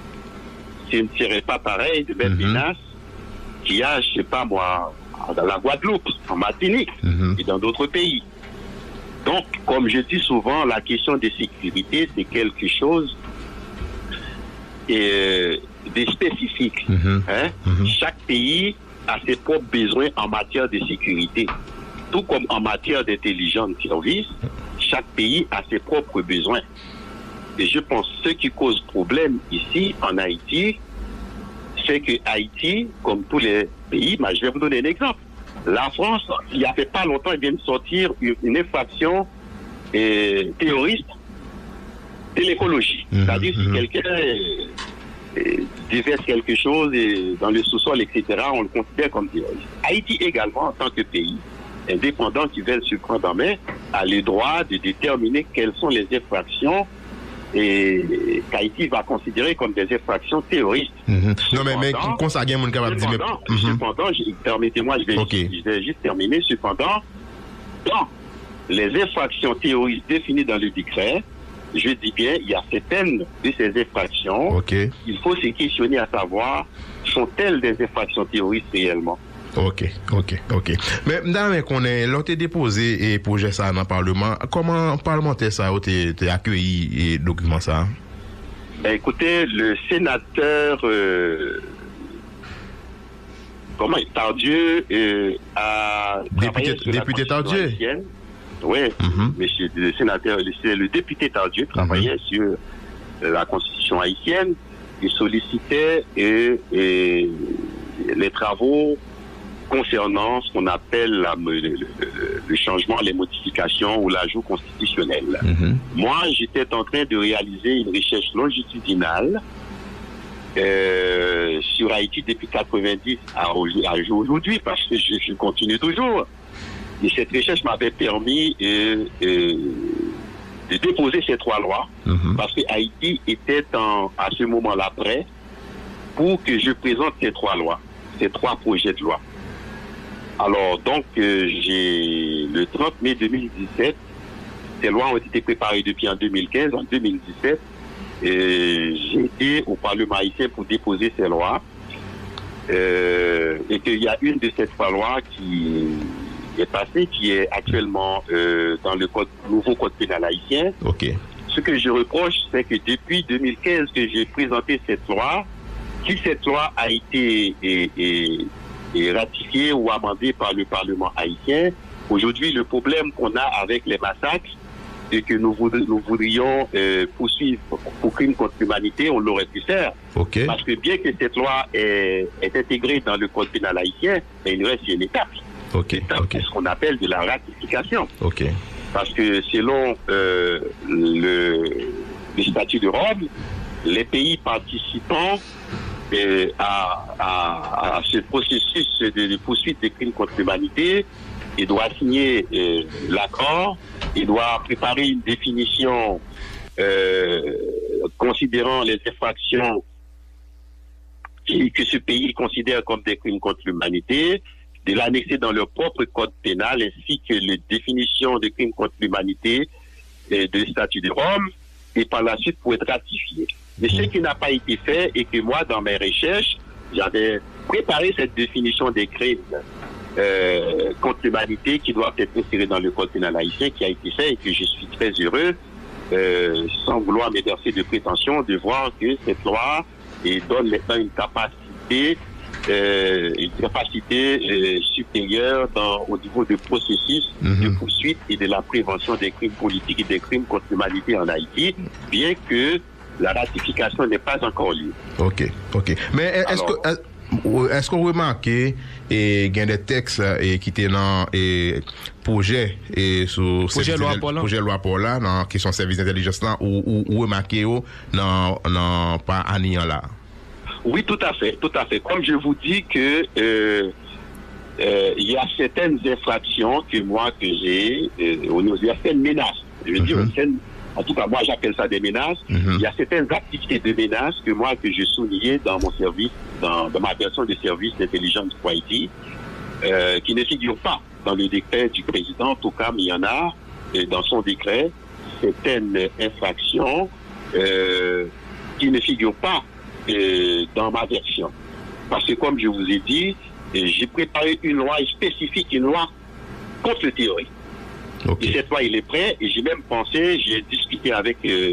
ce ne serait pas pareil de mêmes mm-hmm. menaces qu'il y a, je sais pas moi, dans la Guadeloupe, en Martinique mm-hmm. et dans d'autres pays. Donc, comme je dis souvent, la question de sécurité, c'est quelque chose et, de spécifique. Mm-hmm. Hein? Mm-hmm. Chaque pays a ses propres besoins en matière de sécurité. Tout comme en matière d'intelligence service, chaque pays a ses propres besoins. Et je pense que ce qui cause problème ici, en Haïti, c'est que Haïti, comme tous les pays, bah, je vais vous donner un exemple. La France, il n'y a fait pas longtemps, il vient de sortir une, une infraction euh, terroriste de l'écologie. Mmh, C'est-à-dire mmh. si quelqu'un euh, euh, déverse quelque chose et, dans le sous-sol, et cetera, on le considère comme terroriste. Haïti également, en tant que pays indépendant qui veut se prendre en main, a le droit de déterminer quelles sont les infractions et qu'Haïti va considérer comme des infractions terroristes. Mm-hmm. Non, mais, mais qu'on s'en gagne, mon capable de dire. Cependant, mm-hmm. permettez-moi, je vais, okay. juste, je vais juste terminer. Cependant, dans les infractions terroristes définies dans le décret, je dis bien, il y a certaines de ces infractions. Okay. Il faut se questionner à savoir, sont-elles des infractions terroristes réellement? Ok, ok, ok. Mais madame, qu'on est l'autre déposé et projet ça dans le Parlement, comment parlementaire ça a été accueilli et document ça? Ben écoutez, le sénateur euh, comment Tardieu euh, a député, député Tardieu. Oui, mm-hmm. monsieur le sénateur, le, le député Tardieu travaillait mm-hmm. sur euh, la Constitution haïtienne. Il sollicitait et, et les travaux concernant ce qu'on appelle la, le, le, le changement, les modifications ou l'ajout constitutionnel. Mm-hmm. Moi, j'étais en train de réaliser une recherche longitudinale euh, euh, sur Haïti depuis quatre-vingt-dix à aujourd'hui, parce que je, je continue toujours. Et cette recherche m'avait permis euh, euh, de déposer ces trois lois, mm-hmm. parce que Haïti était en, à ce moment-là prêt pour que je présente ces trois lois, ces trois projets de loi. Alors, donc, euh, j'ai le trente mai deux mille dix-sept, ces lois ont été préparées depuis en deux mille quinze, en deux mille dix-sept, et j'ai été au Parlement haïtien pour déposer ces lois, euh, et qu'il y a une de ces trois lois qui est passée, qui est actuellement euh, dans le code, nouveau code pénal haïtien. Ok. Ce que je reproche, c'est que depuis deux mille quinze que j'ai présenté cette loi, si cette loi a été et, et, et ratifiée ou amendée par le Parlement haïtien, aujourd'hui le problème qu'on a avec les massacres, et que nous, voudri, nous voudrions euh, poursuivre pour crime contre l'humanité, on l'aurait pu faire. Okay. Parce que bien que cette loi est, est intégrée dans le code pénal haïtien, il reste une étape. Okay. Okay. C'est ce qu'on appelle de la ratification. Okay. Parce que selon euh, le, le statut de Rome, les pays participants euh, à, à, à ce processus de, de poursuite des crimes contre l'humanité, il doit signer euh, l'accord, il doit préparer une définition euh, considérant les infractions qui, que ce pays considère comme des crimes contre l'humanité, de l'annexer dans leur propre code pénal, ainsi que les définitions de crimes contre l'humanité euh, de statut de Rome, et par la suite pour être ratifié. Mais ce qui n'a pas été fait, et que moi, dans mes recherches, j'avais préparé cette définition des crimes Euh, contre l'humanité qui doit être inséré dans le code pénal haïtien, qui a été fait, et que je suis très heureux, euh, sans vouloir m'exercer de prétention, de voir que cette loi et donne maintenant une capacité, euh, une capacité euh, supérieure dans, au niveau du processus mm-hmm. de poursuite et de la prévention des crimes politiques et des crimes contre l'humanité en Haïti, bien que la ratification n'est pas encore lieu. Ok, ok. Mais est-ce Alors, que... Est-ce qu'on remarque et il y a des textes et qui étaient dans et projet et sur projet loi pour là projet loi pour là dans question service d'intelligence là ou ou, ou remarqué non non pas année là. Oui, tout à fait, tout à fait. Comme je vous dis que euh, euh, il y a certaines infractions que moi que j'ai euh, au niveau, il y a certaines menaces. Je veux mm-hmm. dire certaines, en tout cas, moi, j'appelle ça des menaces. Mm-hmm. Il y a certaines activités de menaces que moi, que je soulignais dans mon service, dans, dans ma version de service d'intelligence pour Haïti, euh, qui ne figurent pas dans le décret du président. En tout cas, mais il y en a, et dans son décret, certaines infractions euh, qui ne figurent pas euh, dans ma version. Parce que, comme je vous ai dit, j'ai préparé une loi spécifique, une loi contre le terrorisme. Okay. Et cette loi, il est prêt, et j'ai même pensé, j'ai discuté avec euh,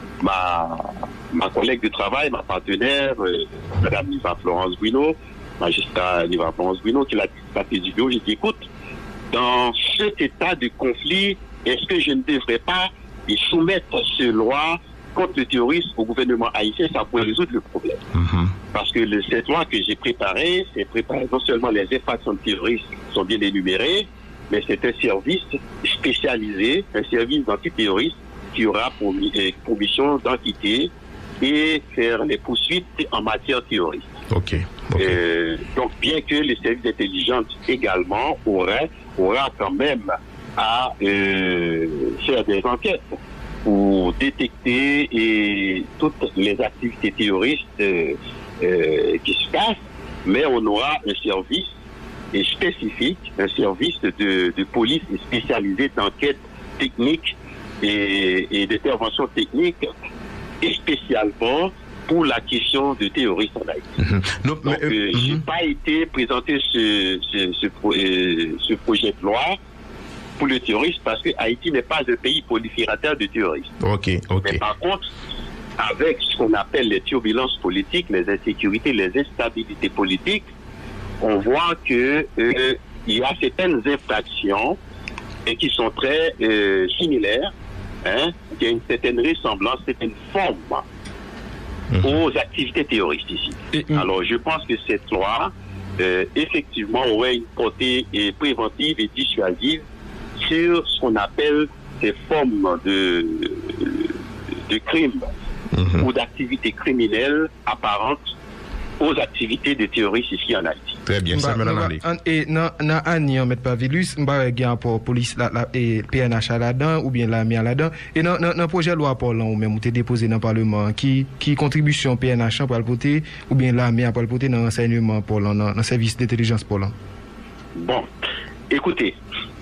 ma, ma collègue de travail, ma partenaire, euh, Madame Niva Florence Bruno, magistrat Niva Florence Bruno, qui l'a dit du bureau. J'ai dit, écoute, dans cet état de conflit, est-ce que je ne devrais pas soumettre cette loi contre le terrorisme au gouvernement haïtien? Ça pourrait résoudre le problème. Mm-hmm. Parce que le, cette loi que j'ai préparée, c'est préparé non seulement les infractions de terrorisme qui sont bien énumérées, mais c'est un service spécialisé, un service d'antiterrorisme qui aura pour, euh, pour mission d'enquêter et faire les poursuites en matière terroriste. Ok. okay. Euh, donc, bien que les services d'intelligence également auraient, aura quand même à euh, faire des enquêtes pour détecter et toutes les activités terroristes euh, euh, qui se passent, mais on aura un service et spécifique, un service de, de police spécialisé d'enquête technique et, et d'intervention technique, et spécialement pour la question de terrorisme en Haïti. Mm-hmm. Donc, Donc euh, euh, mm-hmm. j'ai pas été présenté ce, ce, ce, pro, euh, ce projet de loi pour le terrorisme parce que Haïti n'est pas un pays proliférateur de terrorisme. Ok, ok. Mais par contre, avec ce qu'on appelle les turbulences politiques, les insécurités, les instabilités politiques, on voit que euh, il y a certaines infractions et qui sont très euh, similaires, hein, il y a une certaine ressemblance, certaine forme mmh. aux activités terroristes ici. Et, mmh. Alors je pense que cette loi, euh, effectivement, aurait une portée et préventive et dissuasive sur ce qu'on appelle ces formes de, de crimes mmh. ou d'activités criminelles apparentes aux activités de terroristes ici en Haïti. Très bien, ça me l'en et dans Annie, on met pas Vilus, on va gagner pour police et P N H là-dedans ou bien l'armée là-dedans. Et dans le projet de loi pour là, ou même, vous déposé dans le Parlement, qui, qui contribution P N H pour le voter ou bien l'armée pour le voter dans l'enseignement pour là, dans le service d'intelligence pour là? Bon, écoutez,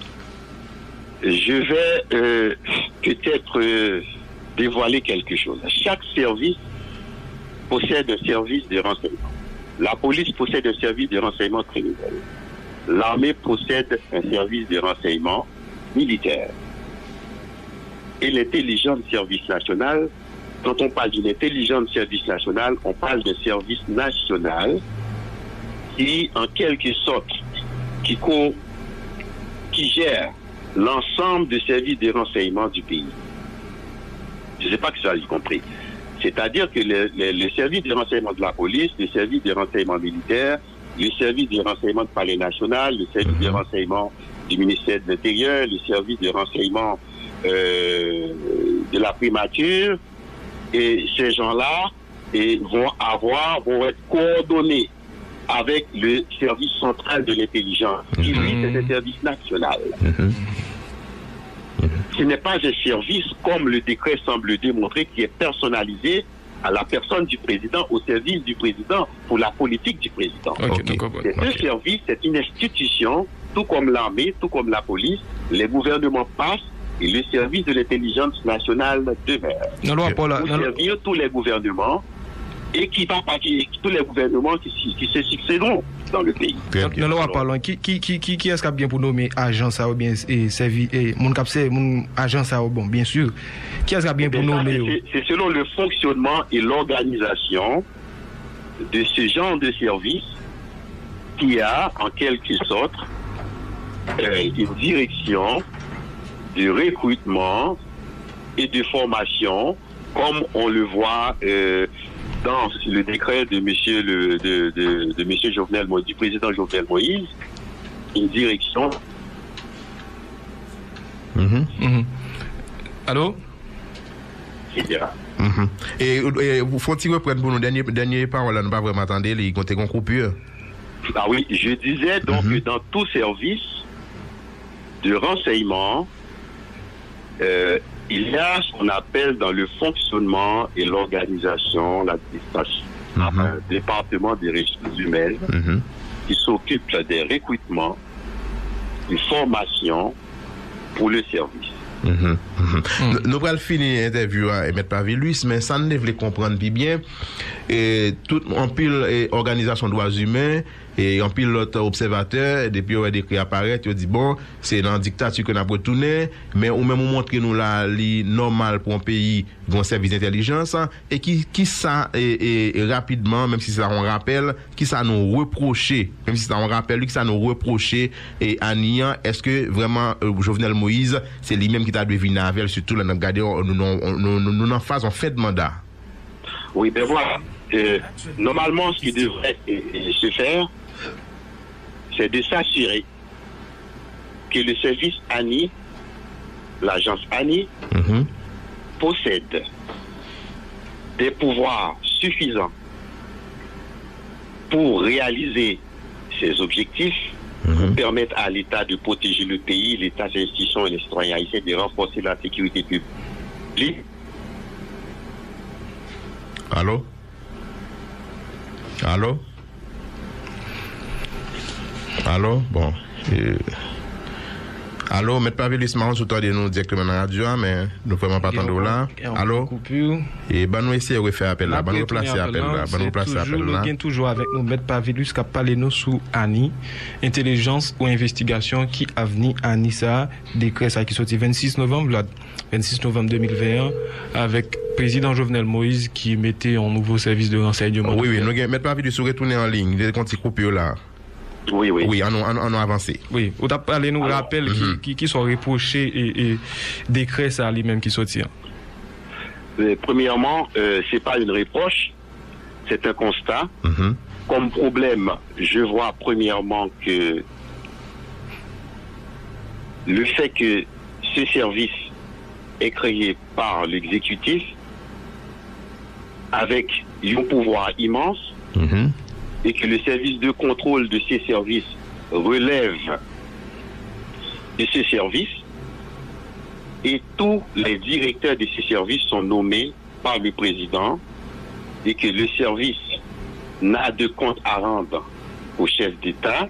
je vais euh, peut-être euh, dévoiler quelque chose. Chaque service possède un service de renseignement. La police possède un service de renseignement criminel. L'armée possède un service de renseignement militaire. Et l'intelligence service national, quand on parle d'une intelligence service national, on parle d'un service national qui, en quelque sorte, qui, co qui gère l'ensemble des services de renseignement du pays. Je ne sais pas que ça a compris. C'est-à-dire que le, le, le service de renseignement de la police, le service de renseignement militaire, le service de renseignement de palais national, le service de renseignement du ministère de l'Intérieur, le service de renseignement euh, de la primature, et ces gens-là et vont avoir, vont être coordonnés avec le service central de l'intelligence, qui lui c'est un service national. Ce n'est pas un service, comme le décret semble démontrer, qui est personnalisé à la personne du président, au service du président, pour la politique du président. Okay, c'est un okay. service, c'est une institution, tout comme l'armée, tout comme la police, les gouvernements passent et le service de l'intelligence nationale demeure. Non, non, pour servir tous les gouvernements et qui va partir, tous les gouvernements qui, qui se succéderont dans le pays. Non, non, parlons. Qui, qui, qui, qui, qui est-ce qui a bien pour nommer agent ça ou bien et servi et mon cap c'est mon agent ça ou bon, bien sûr. Qui est-ce qui a bien pour nommer? C'est selon le fonctionnement et l'organisation de ce genre de service qui a en quelque sorte euh, une direction de recrutement et de formation, comme on le voit euh, dans le décret de monsieur le de, de, de monsieur Jovenel Moïse, du président Jovenel Moïse, une direction. Mm-hmm. Mm-hmm. Allô? Mm-hmm. Et, et faut-il reprendre pour nos dernières dernières paroles, on ne pas vraiment attendre, les compter en coupure. Ah oui, je disais donc mm-hmm. que dans tout service de renseignement, euh, il y a ce qu'on appelle dans le fonctionnement et l'organisation, l'administration, mm-hmm. un département des ressources humaines mm-hmm. qui s'occupe des recrutements, des formations pour le service. Mm-hmm. Mm-hmm. Nous allons finir l'interview à M. Pavilus, mais ça ne voulait comprendre bien. Et tout en pile et organisation droits humains et en pile l'autre observateur depuis on a décrit apparaître, on dit bon, c'est dans la dictature qu'on a retourné, mais on même montrer nous là li normal pour un pays un service d'intelligence et qui qui ça et, et rapidement, même si ça on rappelle, qui ça nous reprocher, même si ça on rappelle lui que ça nous reprocher et à niant, est-ce que vraiment euh, Jovenel Moïse c'est lui-même qui t'a devenu avec surtout là nous regarder nous nous nous en phase en fait de mandat. Oui, ben voilà. Euh, normalement, ce qui devrait euh, se faire, c'est de s'assurer que le service A N I, l'agence A N I, mm-hmm. possède des pouvoirs suffisants pour réaliser ses objectifs, mm-hmm. pour permettre à l'État de protéger le pays, l'État, ses institutions et les citoyens haïtiens, de renforcer la sécurité publique. Allô? Allô? Allô? Bon. Euh... Allô, M. Pavilus Marron, sous de nous directement dans la radio, mais nous ne pouvons pas attendre là. Allô? Et ben nous essayer de refaire appel là. Ben nous placer appel là. Ben nous placer appel là. Nous toujours avec nous, M. Pavilus, qui a parlé nous sous A N I, intelligence ou investigation qui a venu à Nissa, décret ça qui sorti vingt-six novembre, là, vingt-six novembre deux mille vingt et un, avec président Jovenel Moïse qui mettait en nouveau service de renseignement. Oui, oui, nous M. Pavilus retourner en ligne, il compte couper là. Oui, oui. Oui, on a avancé. Oui, vous avez parlé, nous rappelle mm-hmm. qui, qui, qui sont reprochés et, et décret ça lui-même qui sortit. Euh, premièrement, euh, c'est pas une reproche, c'est un constat. Mm-hmm. Comme problème, je vois premièrement que le fait que ce service est créé par l'exécutif avec un pouvoir immense, mm-hmm. et que le service de contrôle de ces services relève de ces services, et tous les directeurs de ces services sont nommés par le président, et que le service n'a de compte à rendre au chef d'État,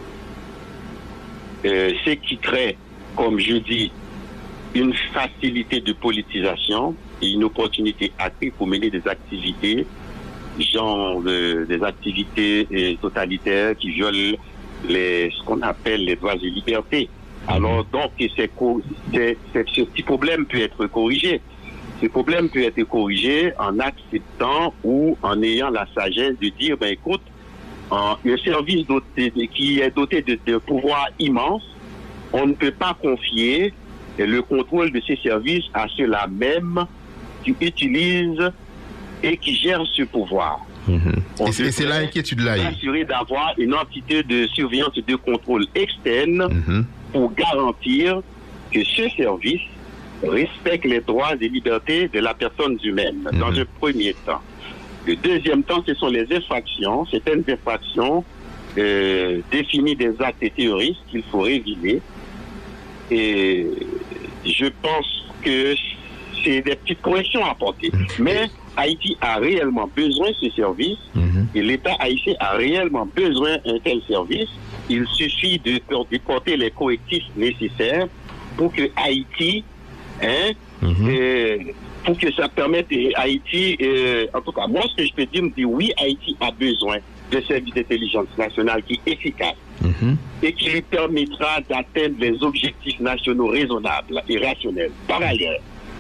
euh, ce qui crée, comme je dis, une facilité de politisation et une opportunité accrue pour mener des activités, genre euh, des activités euh, totalitaires qui violent les, ce qu'on appelle les droits et libertés. Alors donc, c'est, c'est, c'est, ce petit problème peut être corrigé. Ce problème peut être corrigé en acceptant ou en ayant la sagesse de dire, ben écoute, un service doté, qui est doté de, de pouvoirs immenses, on ne peut pas confier le contrôle de ces services à ceux-là même qui utilisent et qui gèrent ce pouvoir. Mmh. Et c'est, c'est l'inquiétude là. Assurer d'avoir une entité de surveillance et de contrôle externe mmh. pour garantir que ce service respecte les droits et libertés de la personne humaine, mmh. dans un premier temps. Le deuxième temps, ce sont les infractions, certaines infractions euh, définies des actes terroristes qu'il faut réviser. Et je pense que c'est des petites corrections à apporter. Mmh. Mais Haïti a réellement besoin de ce service, mmh. et l'État haïtien a réellement besoin d'un tel service. Il suffit de, de porter les correctifs nécessaires pour que Haïti, hein, mmh. euh, pour que ça permette à Haïti, euh, en tout cas, moi, ce que je peux dire, me dire, oui, Haïti a besoin de services d'intelligence nationale qui est efficace mmh. et qui lui permettra d'atteindre les objectifs nationaux raisonnables et rationnels. Par ailleurs,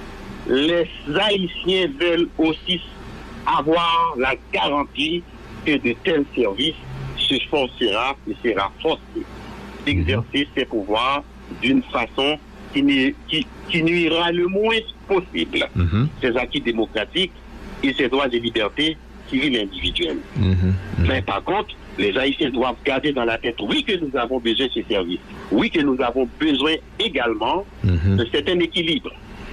les Haïtiens veulent aussi avoir la garantie que de tels services se forcera et sera forcé d'exercer ses pouvoirs d'une façon qui, nu- qui, qui nuira le moins possible mm-hmm. ses acquis démocratiques et ses droits et libertés civiles et individuelles. Mm-hmm. Mais par contre, les Haïtiens doivent garder dans la tête, oui, que nous avons besoin de ces services, oui, que nous avons besoin également mm-hmm. de certain équilibre,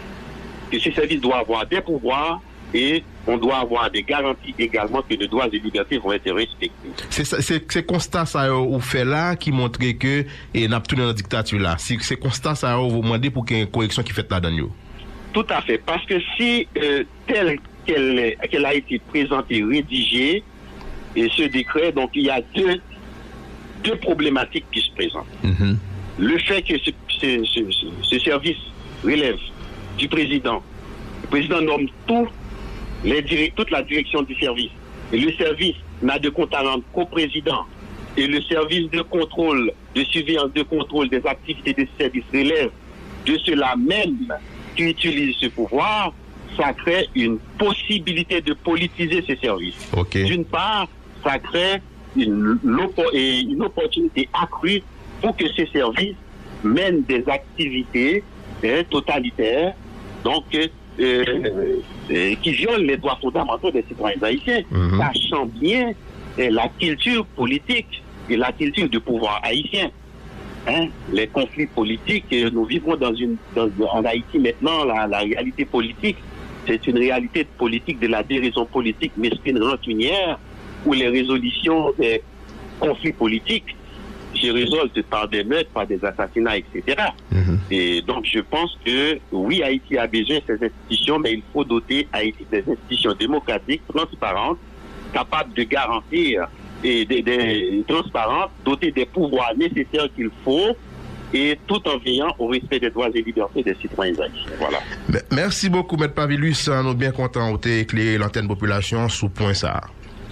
que ces services doivent avoir des pouvoirs et on doit avoir des garanties également que les droits et libertés vont être respectés. C'est c'est c'est constat ça ou fait là qui montre que et n'a tout dans la dictature là. C'est c'est constat ça vous demandez pour qu'il y ait une correction qui fait là dans nous. Tout à fait, parce que si euh, tel qu'elle qu'elle a été présentée, rédigée et ce décret, donc il y a deux deux problématiques qui se présentent. Mm-hmm. Le fait que ce, ce, ce, ce service relève du président. Le président nomme tout les direct, toute la direction du service. Et le service n'a de compte à rendre qu'au président. Et le service de contrôle, de surveillance de contrôle des activités de service relève de ceux-là même qui utilisent ce pouvoir. Ça crée une possibilité de politiser ces services. Okay. D'une part, ça crée une, une opportunité accrue pour que ces services mènent des activités hein, totalitaires, donc euh, euh, qui violent les droits fondamentaux des citoyens haïtiens, mm-hmm. sachant bien euh, la culture politique et la culture du pouvoir haïtien. Hein, les conflits politiques, euh, nous vivons dans une, dans, en Haïti maintenant, la, la réalité politique, c'est une réalité politique de la déraison politique mesquine rancunière, où les résolutions des conflits politiques se résolvent par des meurtres, par des assassinats, et cetera. Mm-hmm. Et donc, je pense que, oui, Haïti a besoin de ces institutions, mais il faut doter Haïti des institutions démocratiques, transparentes, capables de garantir, et des, des transparentes, dotées des pouvoirs nécessaires qu'il faut, et tout en veillant au respect des droits et libertés des citoyens haïtiens. Voilà. Merci beaucoup, M. Pavilus. Nous sommes bien contents d'éclairer l'antenne population sous point ça.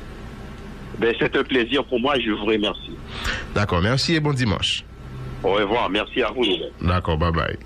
Ben, c'est un plaisir pour moi, je vous remercie. D'accord, merci et bon dimanche. Au revoir, merci à vous. D'accord, bye bye.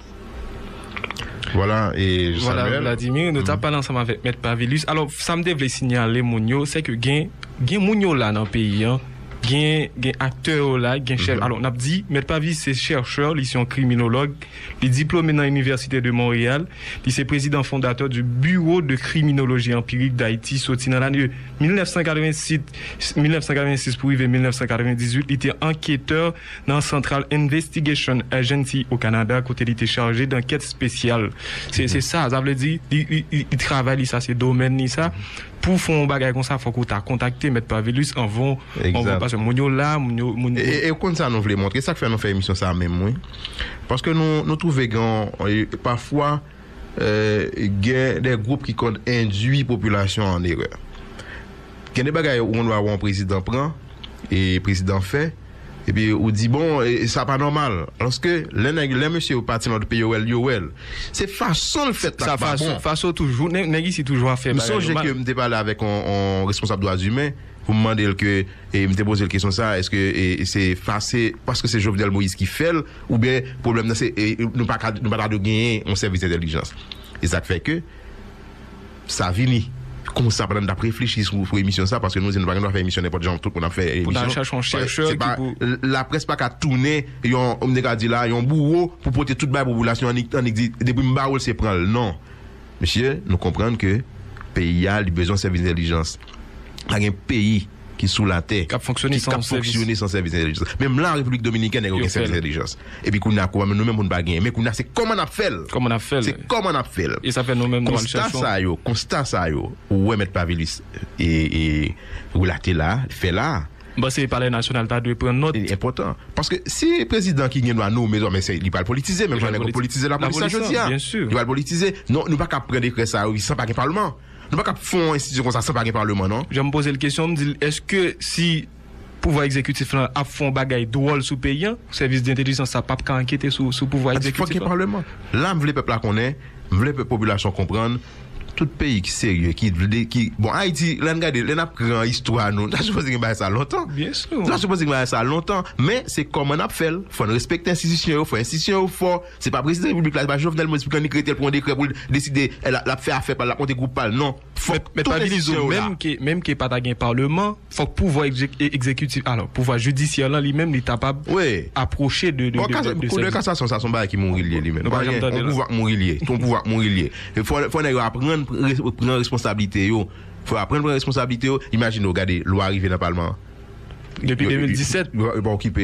Voilà, et voilà, Samuel. Vladimir, nous mm-hmm. avons parlé ensemble avec M. Pavilus. Alors, ça me devait signaler, Mounio, c'est que il y a Mounio là dans le pays, hein. Il y a un acteur là, il y a un chercheur. Mm-hmm. Alors, on a dit, M. Pavilus, c'est chercheur, il est un criminologue, il est diplômé dans l'Université de Montréal, il est président fondateur du Bureau de criminologie empirique d'Haïti, sorti dans l'année dix-neuf cent quatre-vingt-six, dix-neuf cent quatre-vingt-six pour arriver dix-neuf cent quatre-vingt-dix-huit, il était enquêteur dans Central Investigation Agency au Canada, côté il était chargé d'enquête spéciale. C'est, mm-hmm. c'est ça, ça veut dire, il, il, il travaille, ça, c'est domaine, ça. pour faire un bagage comme ça, il faut qu'on t'a contacté, mettre Pavilus, on va, on va passer mon là, mon mon. Et, et comme ça, nous voulons montrer, ça que fait nous faire émission ça même, oui. Parce que nous, nous trouvons que parfois, euh, il y a des groupes qui induisent la population en erreur. Il y a des bagages où on doit avoir un président prend, et le président fait, et puis on dit bon, ça pas normal. Lorsque les les monsieur parti dans le pays Yoel Yoel, c'est façon le fait ça façon bon. façon toujours nèg ici toujours à faire. Je songe que me parlé avec un, un responsable droits humains pour me demander que et me poser la question ça, est-ce que et, c'est facile parce que c'est Jovenel Moïse qui fait ou bien problème c'est nous pas nous pas de gagner un service d'intelligence. Et ça fait que ça vini comme ça pendant d'après réfléchir sur l'émission ça parce que nous nous pas faire émission n'importe genre tout qu'on a fait émission chercher chercheur pour... la presse pas qu'à tourner et on on me dit là un bourreau pour porter toute la population en en dit depuis m'barol c'est prendre non monsieur nous comprenons que pays a besoin de service d'intelligence il y a un pays qui sous la terre qui fonctionne sans fonctionner sans service d'intelligence même la République dominicaine n'a aucun service d'intelligence et puis qu'on a quoi nous même on pas gagner mais qu'on a c'est comment on a fait comment on a fait c'est comment on a fait et ça fait nous même constat ça yo constat ça yo ouais mettre Pavilus et et relater là fait là bah c'est parler national t'as dû prendre note c'est important parce que si le président qui vient nous mais mais c'est il pas politiser même on est politiser la police ça bien sûr il va politiser non nous pas qu'à prendre décret ça sans pas parlement. Nous ne pouvons pas faire une institution comme ça sans pas un parlement, non? Je me poser la question, me dire, est-ce que si le pouvoir exécutif a fait un bagage drôle sous payant, le service d'intelligence, ça n'a pas qu'à enquêter sur le pouvoir exécutif? Il faut qu'il y ait parlement. Là, je veux le peuple connaître, je veux la population comprendre. Tout pays qui sérieux, qui, qui, bon, Haïti, là, regardez, là, on a grand histoire, nous. Là, je suppose qu'il y a ça longtemps. Bien sûr. Là, je suppose qu'il y a ça longtemps. Mais c'est comme on a fait. Il faut respecter l'institution, il faut l'institution fort. C'est pas président de la République, là, c'est pas Jovenel Moïse, pour qu'on ait pour un décret pour décider, elle a fait affaire par la compte groupe, non. Faut mais pas même qui, même qui est pas un parlement, faut que pouvoir exécutif, alors, pouvoir judiciaire, là, lui-même, il est capable d'approcher de, de, bon, de, de, de, de cassation, ça, son bail qui mourir lié, lui-même. On pouvoir mourir lié. Ton pouvoir mourir lié. Il faut, faut apprendre prendre responsabilité yo faut apprendre prendre responsabilité yo imagine regardez loi arriver dans le parlement depuis deux mille dix-sept il va occuper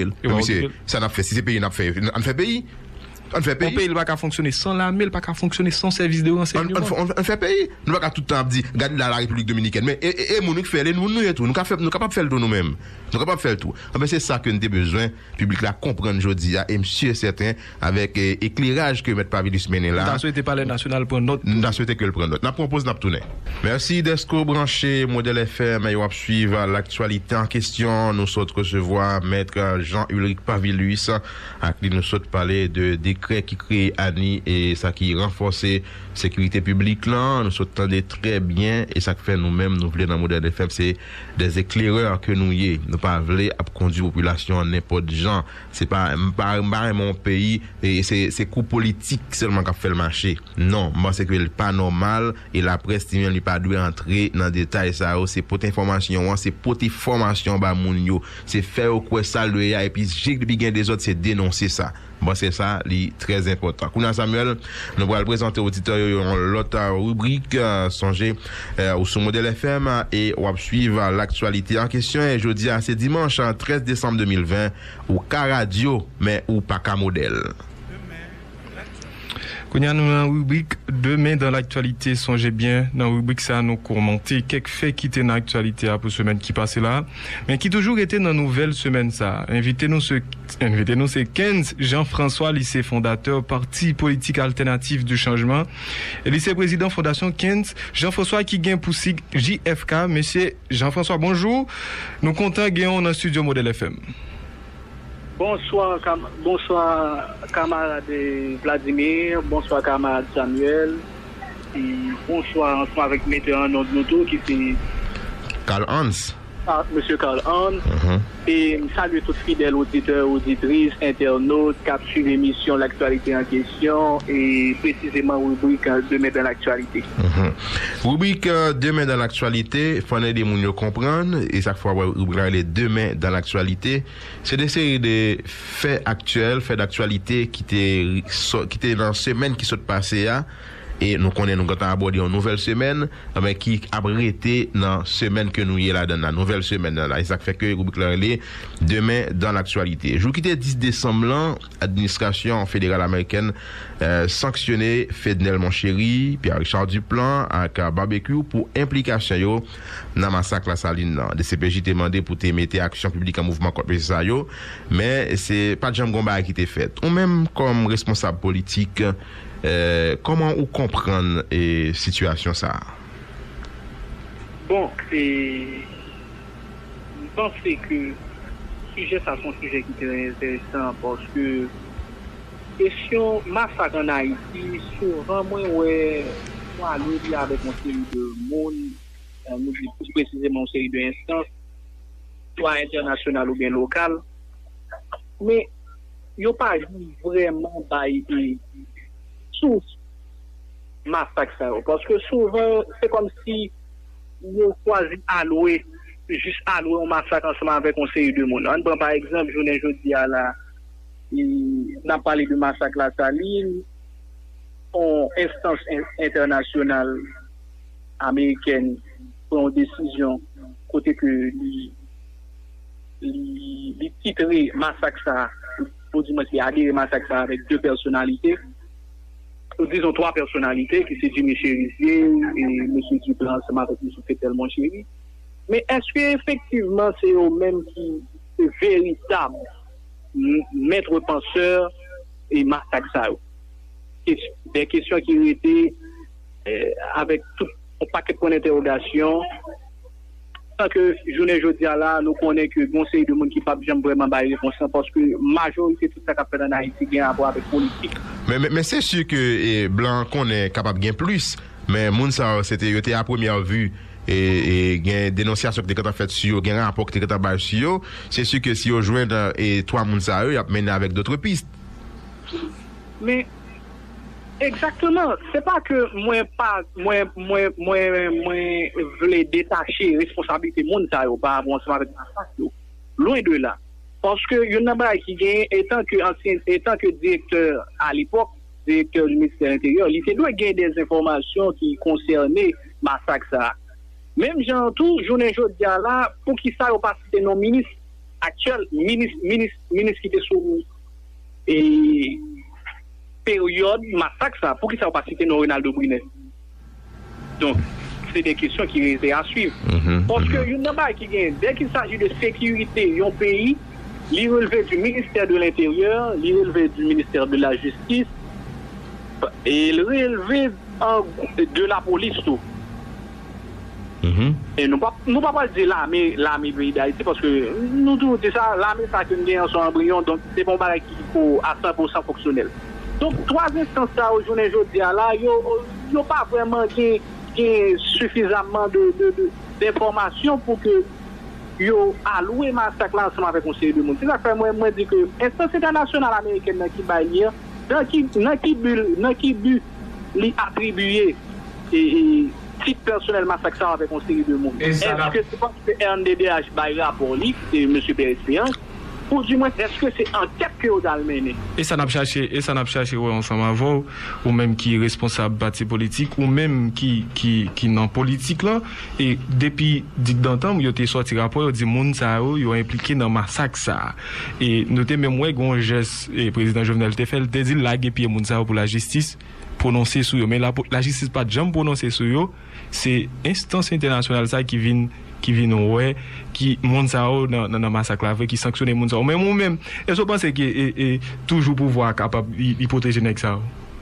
ça n'a fait si c'est pays n'a fait on fait pays on fait pays. Un pays il va pas fonctionner sans l'armée, il va pas fonctionner sans service de renseignement. On, on, on fait pays. Nous va pas tout le temps dire regarde la République dominicaine mais et et nous fait nous nous tout. Nous capable nous capable faire tout nous-mêmes. Nous capable faire tout. Mais c'est ça que nous avons besoin public là comprendre aujourd'hui et monsieur certain avec eh, éclairage que mettre Pavilus mener là. Nous souhaité parler national pour note. Nous souhaité que le prendre note. N'a propose n'a tourner. Merci d'esco branché modèle F M et on suivre l'actualité en question. Nous souhaitons recevoir maître Jean-Ulrich Pavilus à qui nous souhaitons parler de décret qui crée Annie et ça qui renforce sécurité publique là nous s'entendons très bien et ça fait nous-mêmes nous voulons dans modèle F M c'est des éclaireurs que nous y nous pas voulons à conduire population n'importe gens c'est pas pas mon pays et c'est c'est coup politique seulement qui fait le marché non moi c'est que c'est pas normal et la presse n'est pas doit entrer dans détail ça c'est pour information c'est pour formation ba moun yo c'est faire quoi ça le et puis j'ai depuis gain des autres c'est dénoncer ça. Bon, c'est ça, li très important. Kouna Samuel, nous allons présenter aux auditeurs l'autre rubrique, euh, songez, euh, au sous modèle F M et on va suivre l'actualité en question. Et je dis, c'est dimanche, treize décembre deux mille vingt, au K-Radio, mais ou pas K-Modèle. Quand il y a une rubrique demain dans l'actualité, songez bien, dans la rubrique ça nous commenter quelques faits qui étaient dans l'actualité pour semaine qui passait là, mais qui toujours étaient dans la nouvelle semaine ça. Invitez-nous ce, invitez-nous c'est quinze Jean-François, lycée fondateur, parti politique alternatif du changement, et lycée président fondation quinze Jean-François qui gagne pour J F K. Monsieur Jean-François, bonjour. Nous comptons gagner dans le studio Modèle F M. Bonsoir, cam- bonsoir camarade Vladimir, bonsoir camarade Samuel, et bonsoir ensemble avec metteur en ordre noto qui c'est Karl Hans. Ah, Monsieur Karl Hans. Uh-huh. Et saluer tous fidèles auditeurs, auditrices, internautes, qui suivent l'émission L'actualité en question et précisément rubrique Demain dans l'actualité. Uh-huh. Rubrique Demain dans l'actualité, il faut aider les gens à comprendre et chaque fois rubrique les Demain dans l'actualité, c'est des séries de faits actuels, faits d'actualité qui étaient qui étaient dans la semaine qui s'est passée là. et nous connaissons nous avons abordé une nouvelle semaine mais qui a arrêté dans semaine que nous y est là dans la nouvelle semaine là et ça fait que rubrique là demain dans l'actualité. Jour qui était dix décembre là, administration fédérale américaine euh, sanctionné Fednel Monchéri, Pierre Richard Duplan avec barbecue pour implication yo dans massacre la Saline. De C P J demandé pour te mettre action publique en mouvement contre ça yo, mais c'est pas Jean Gomba qui était fait. Ou même comme responsable politique, euh, comment ou comprendre et situation ça? Bon, c'est je pense que le sujet ça c'est un sujet qui est intéressant parce que question massacre en Haïti souvent moi ouais moi aller avec une série de monde nous plus précisément une série d'instances soit internationales ou bien locales mais yo pas vraiment bailler sous massacre ça parce que souvent c'est comme si yo choisi allouer juste allouer un massacre ensemble avec un série de monde. On prend par exemple journée jeudi à la il n'a parlé de massacre la Saline en instance internationale américaine pour une décision côté que li li titré massacre ça pour dire qu'il a adhéré massacre ça avec deux personnalités ou disons trois personnalités qui c'est Jimmy Chérizier et M. Duplan ensemble avec M. Fednel Monchéri. Mais est-ce que effectivement c'est eux-mêmes qui est véritable maître penseur et massacre ça? Des questions qui étaient euh, avec tout un paquet de points d'interrogation. Tant que journée jeudi là, nous connaissons que le conseil de monde qui pas jamais vraiment bailler réponse parce que majorité tout ça qu'a fait en Haïti vient à voir avec politique. Mais mais, mais c'est sûr que eh, blanc qu'on est capable de gagner plus, mais moun ça c'était était à première vue et et gain dénonciation que t'as fait sur gain rapport que t'as bail sur c'est sûr que si on joint et trois moun ça eux y a mené avec d'autres pistes. Mais exactement, c'est pas que moi pas moi moi moi moi voulais détacher responsabilité monde ça par rapport avec massacre. Loin de là. Parce que yon a qui gagne étant que ancien étant que directeur à l'époque, directeur du ministère de l'Intérieur, il doit gagner des informations qui concernaient massacre ça. Même Jean tout journée jodi là pour qui ça pas citer non ministre actuel ministre ministre ministre qui était sous et période massacre ça pour qui ça pas citer non Ronaldo Brunet. Donc c'est des questions qui restent à suivre. Mm-hmm, parce mm-hmm. que yon a qui gagne dès qu'il s'agit de sécurité un pays, il relevé du ministère de l'Intérieur, il relevé du ministère de la Justice et il relevé de la police tout. Mm-hmm. Et nous pas nous pas dire l'armée l'armée pays d'Haïti parce que nous tout c'est ça l'armée ça que nous en son embryon donc c'est bon bagage qui faut à cent pour cent fonctionnel. Donc trois instances ça aujourd'hui jeudi là yo yo pas vraiment qui suffisamment de de d'informations pour que yo alloué massacre là ensemble avec conseil de monde. C'est ça que moi moi dit que instance internationale américaine qui baille dans qui dans qui bulle dans qui but li attribuer et titre personnel massacre ça avec conseil de monde. Est-ce que c'est parce que R N D D H baille rapport li c'est monsieur Pérez-Péance ou du moins est-ce que c'est enquête que vous avez mené? Et ça n'a cherché et ça n'a cherché ouais ensemble avant ou même qui est responsable parti politique ou même qui qui qui dans politique là et depuis dit d'antan yo été sorti rapport yo dit moun ça yo impliqué dans massacre ça et notez même ouais gon geste et président Jovenel te fait te dit laguer pied moun ça pour la justice prononcer sur eux mais la, la justice pas jamais prononcer sur eux c'est instance internationale ça qui vient qui vient ouais qui monde ça dans dans massacre là qui sanctionner monde ça même ou même est-ce que vous pensez que et, et, toujours pouvoir capable de protéger nèg ça?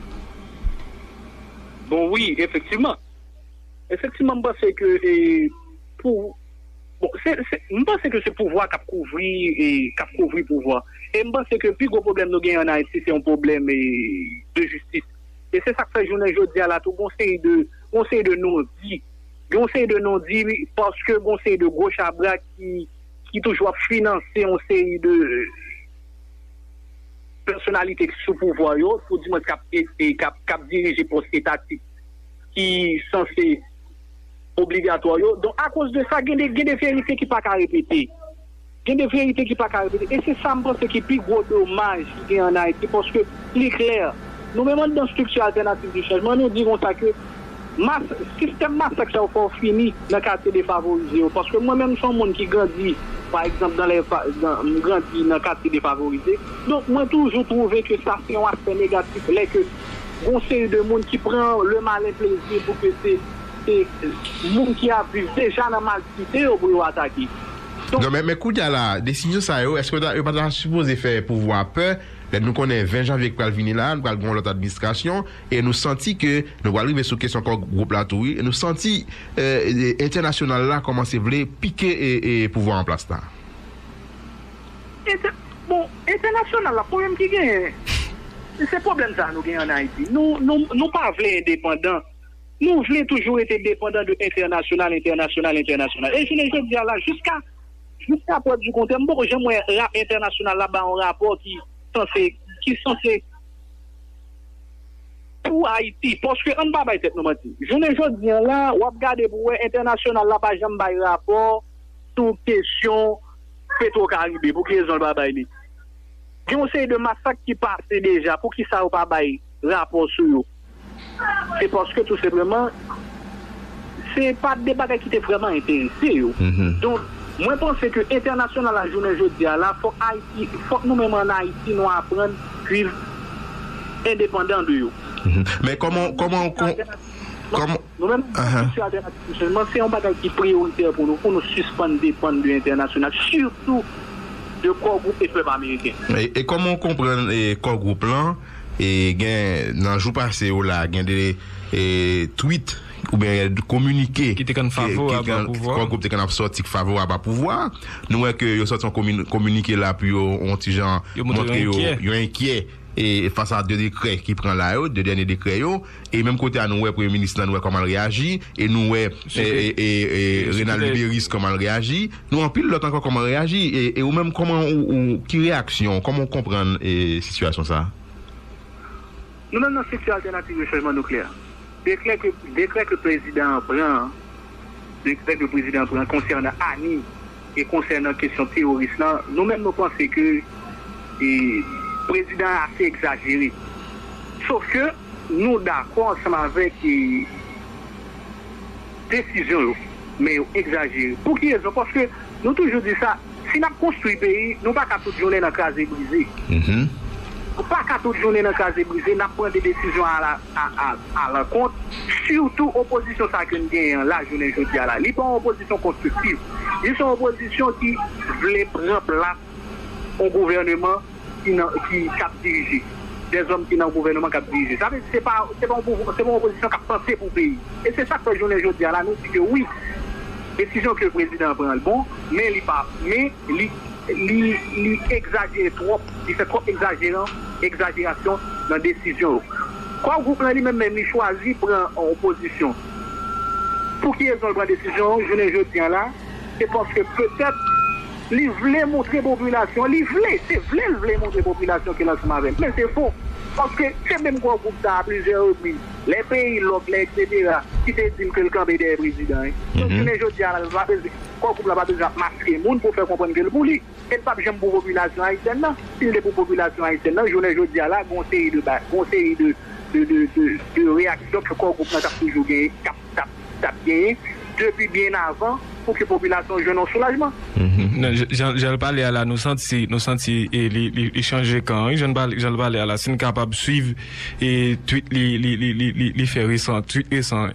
Bon oui effectivement effectivement je pense que et, pour bon c'est c'est je pense que c'est pouvoir qui couvrir et qui couvrir pouvoir et je pense que plus gros problème nous gagne en Haïti c'est un problème et, de justice et c'est ça que fait journée jeudi à la tout conseil de conseil de non dit conseil de non dit parce que conseil de gauche à bras qui qui toujours financer une série de personnalités sous pouvoir yo pour dire cap et cap cap diriger poste étatique qui censé obligatoire yo donc à cause de ça il y a des vérités qui pas qu'à répéter il y a des vérités qui pas qu'à répéter et c'est ça me pense qui plus gros dommage qui en Haïti parce que c'est clair nous-mêmes dans la structure alternative du changement, nous disons ça que le système massacre ça faut fini dans le quartier défavorisé. Parce que moi-même, je suis un monde qui grandit, par exemple, dans les dans, grandit dans le quartier défavorisé. Donc, moi, toujours trouvé que ça, c'est un aspect négatif. Là, que on sait de monde qui prend le malin plaisir pour que c'est des gens qui a vu déjà dans la malcité pour attaquer. Donc, non, mais, mais Koudia, la décision, ça, est-ce que vous pas supposé faire pouvoir peur? Nous connaissons vingt janvier qui va venir là, nous allons l'autre administration, et nous senti que nous allons arriver sur question encore groupe là tout, et nous senti euh, international là commencer à piquer et, et pouvoir en place là. Bon, international là, problème qui gagne, c'est problème ça nous gagne en Haïti. Nous nous nous pas voulons indépendants. Nous voulons toujours être dépendants de international, international, international. Et je ne dis là jusqu'à jusqu'à preuve du compte, bon, j'aimerais rap international là-bas un rapport qui censé qui censé pour Haïti parce que on pas bailler tête nous mentir. Je ne dis là, on regarder pour international là pas jamais bailler rapport sur question Petro-Caribé pour qu'ils ont pas bailler. Il y a un série de massacres qui passent déjà pour qui ça pas bailler rapport sur eux. C'est parce que tout simplement c'est pas des bagages qui étaient vraiment intéressés. Mm-hmm. Donc moi, je pense que l'international, la journée aujourd'hui, là, faut Haïti, faut que nous-mêmes en Haïti, nous apprendre à vivre indépendant de eux. Mm-hmm. Mais comment, comment, com, comment, nous-mêmes, uh-huh. c'est un bagage qui est prioritaire pour nous, pour nous suspendre dépendre de l'international, surtout de corps groupe et peuple américain. Et, et comment on comprend les corps groupe là, et dans le jour passé, là, il y a des et, tweets, ou bien communiquer qui était favorable à pouvoir qui était sorti favorable à pouvoir nous que yo sorti communiquer là puis on petit genre montrer yo inquiet et face à deux décrets qui prend là deux derniers décrets yo et même côté à nous ouais premier ministre nous comment il réagit et nous ouais et et Renal Libéris comment il réagit nous en pile l'autre encore comment il réagit et, et ou même comment ou, qui réaction comment on comprend et situation ça nous même dans cette alternative de changement nucléaire décret que décret que le président prend décret que le président prend concernant Ani et concernant la question terroriste là nous-mêmes nous pensons que le président a assez exagéré sauf que nous d'accord ensemble avec les décisions mais exagéré pour qui raison parce que nous toujours dit ça si nous construisons le pays nous pas qu'à toute journée dans la case brisée mm-hmm. Pas qu'à toute journée dans le cas brisé, nous prenons des décisions à la, à, à, à la compte, surtout l'opposition ça que nous gagnons la journée aujourd'hui à la. Ils sont en opposition constructive. Ils sont en opposition qui veulent prendre place au gouvernement qui qui cap diriger. Des hommes qui sont dans le gouvernement qui dirigent. Ça veut dire que ce n'est pas, c'est pas, c'est pas une opposition qui a pensé pour le pays. Et c'est ça que la journée aujourd'hui à la, nous dit que oui, décision que le président prend le bon, mais il pas, mais il il il exagère trop, il fait trop exagérant, exagération dans la décision. Quand le groupe lui-même il choisit pour en opposition, pour qu'ils aient une décision, je ne dis là, c'est parce que peut-être il voulait montrer la population, il voulait, c'est vrai, il voulait montrer la population qu'il a avec, mais c'est faux. Parce que c'est même quoi groupe ça à plusieurs reprises. Les pays locaux, et cetera, qui te disent que le camp est des présidents. Donc, je ne dis pas, quoi groupe là, pas besoin de masquer le monde pour faire comprendre que le bouli. Et pas j'aime pour la population haïtienne, si c'est pour la population haïtienne, je ne dis pas là, conseil de conseil de de de de réaction que quoi groupe là a toujours gagné, tap gagné depuis bien avant pour que la population joue un soulagement. J'en parle à la nous senti nous senti et les changer quand j'en parle j'en parle à la c'est capable de suivre et tweet les les les les les faire récent tweet récent.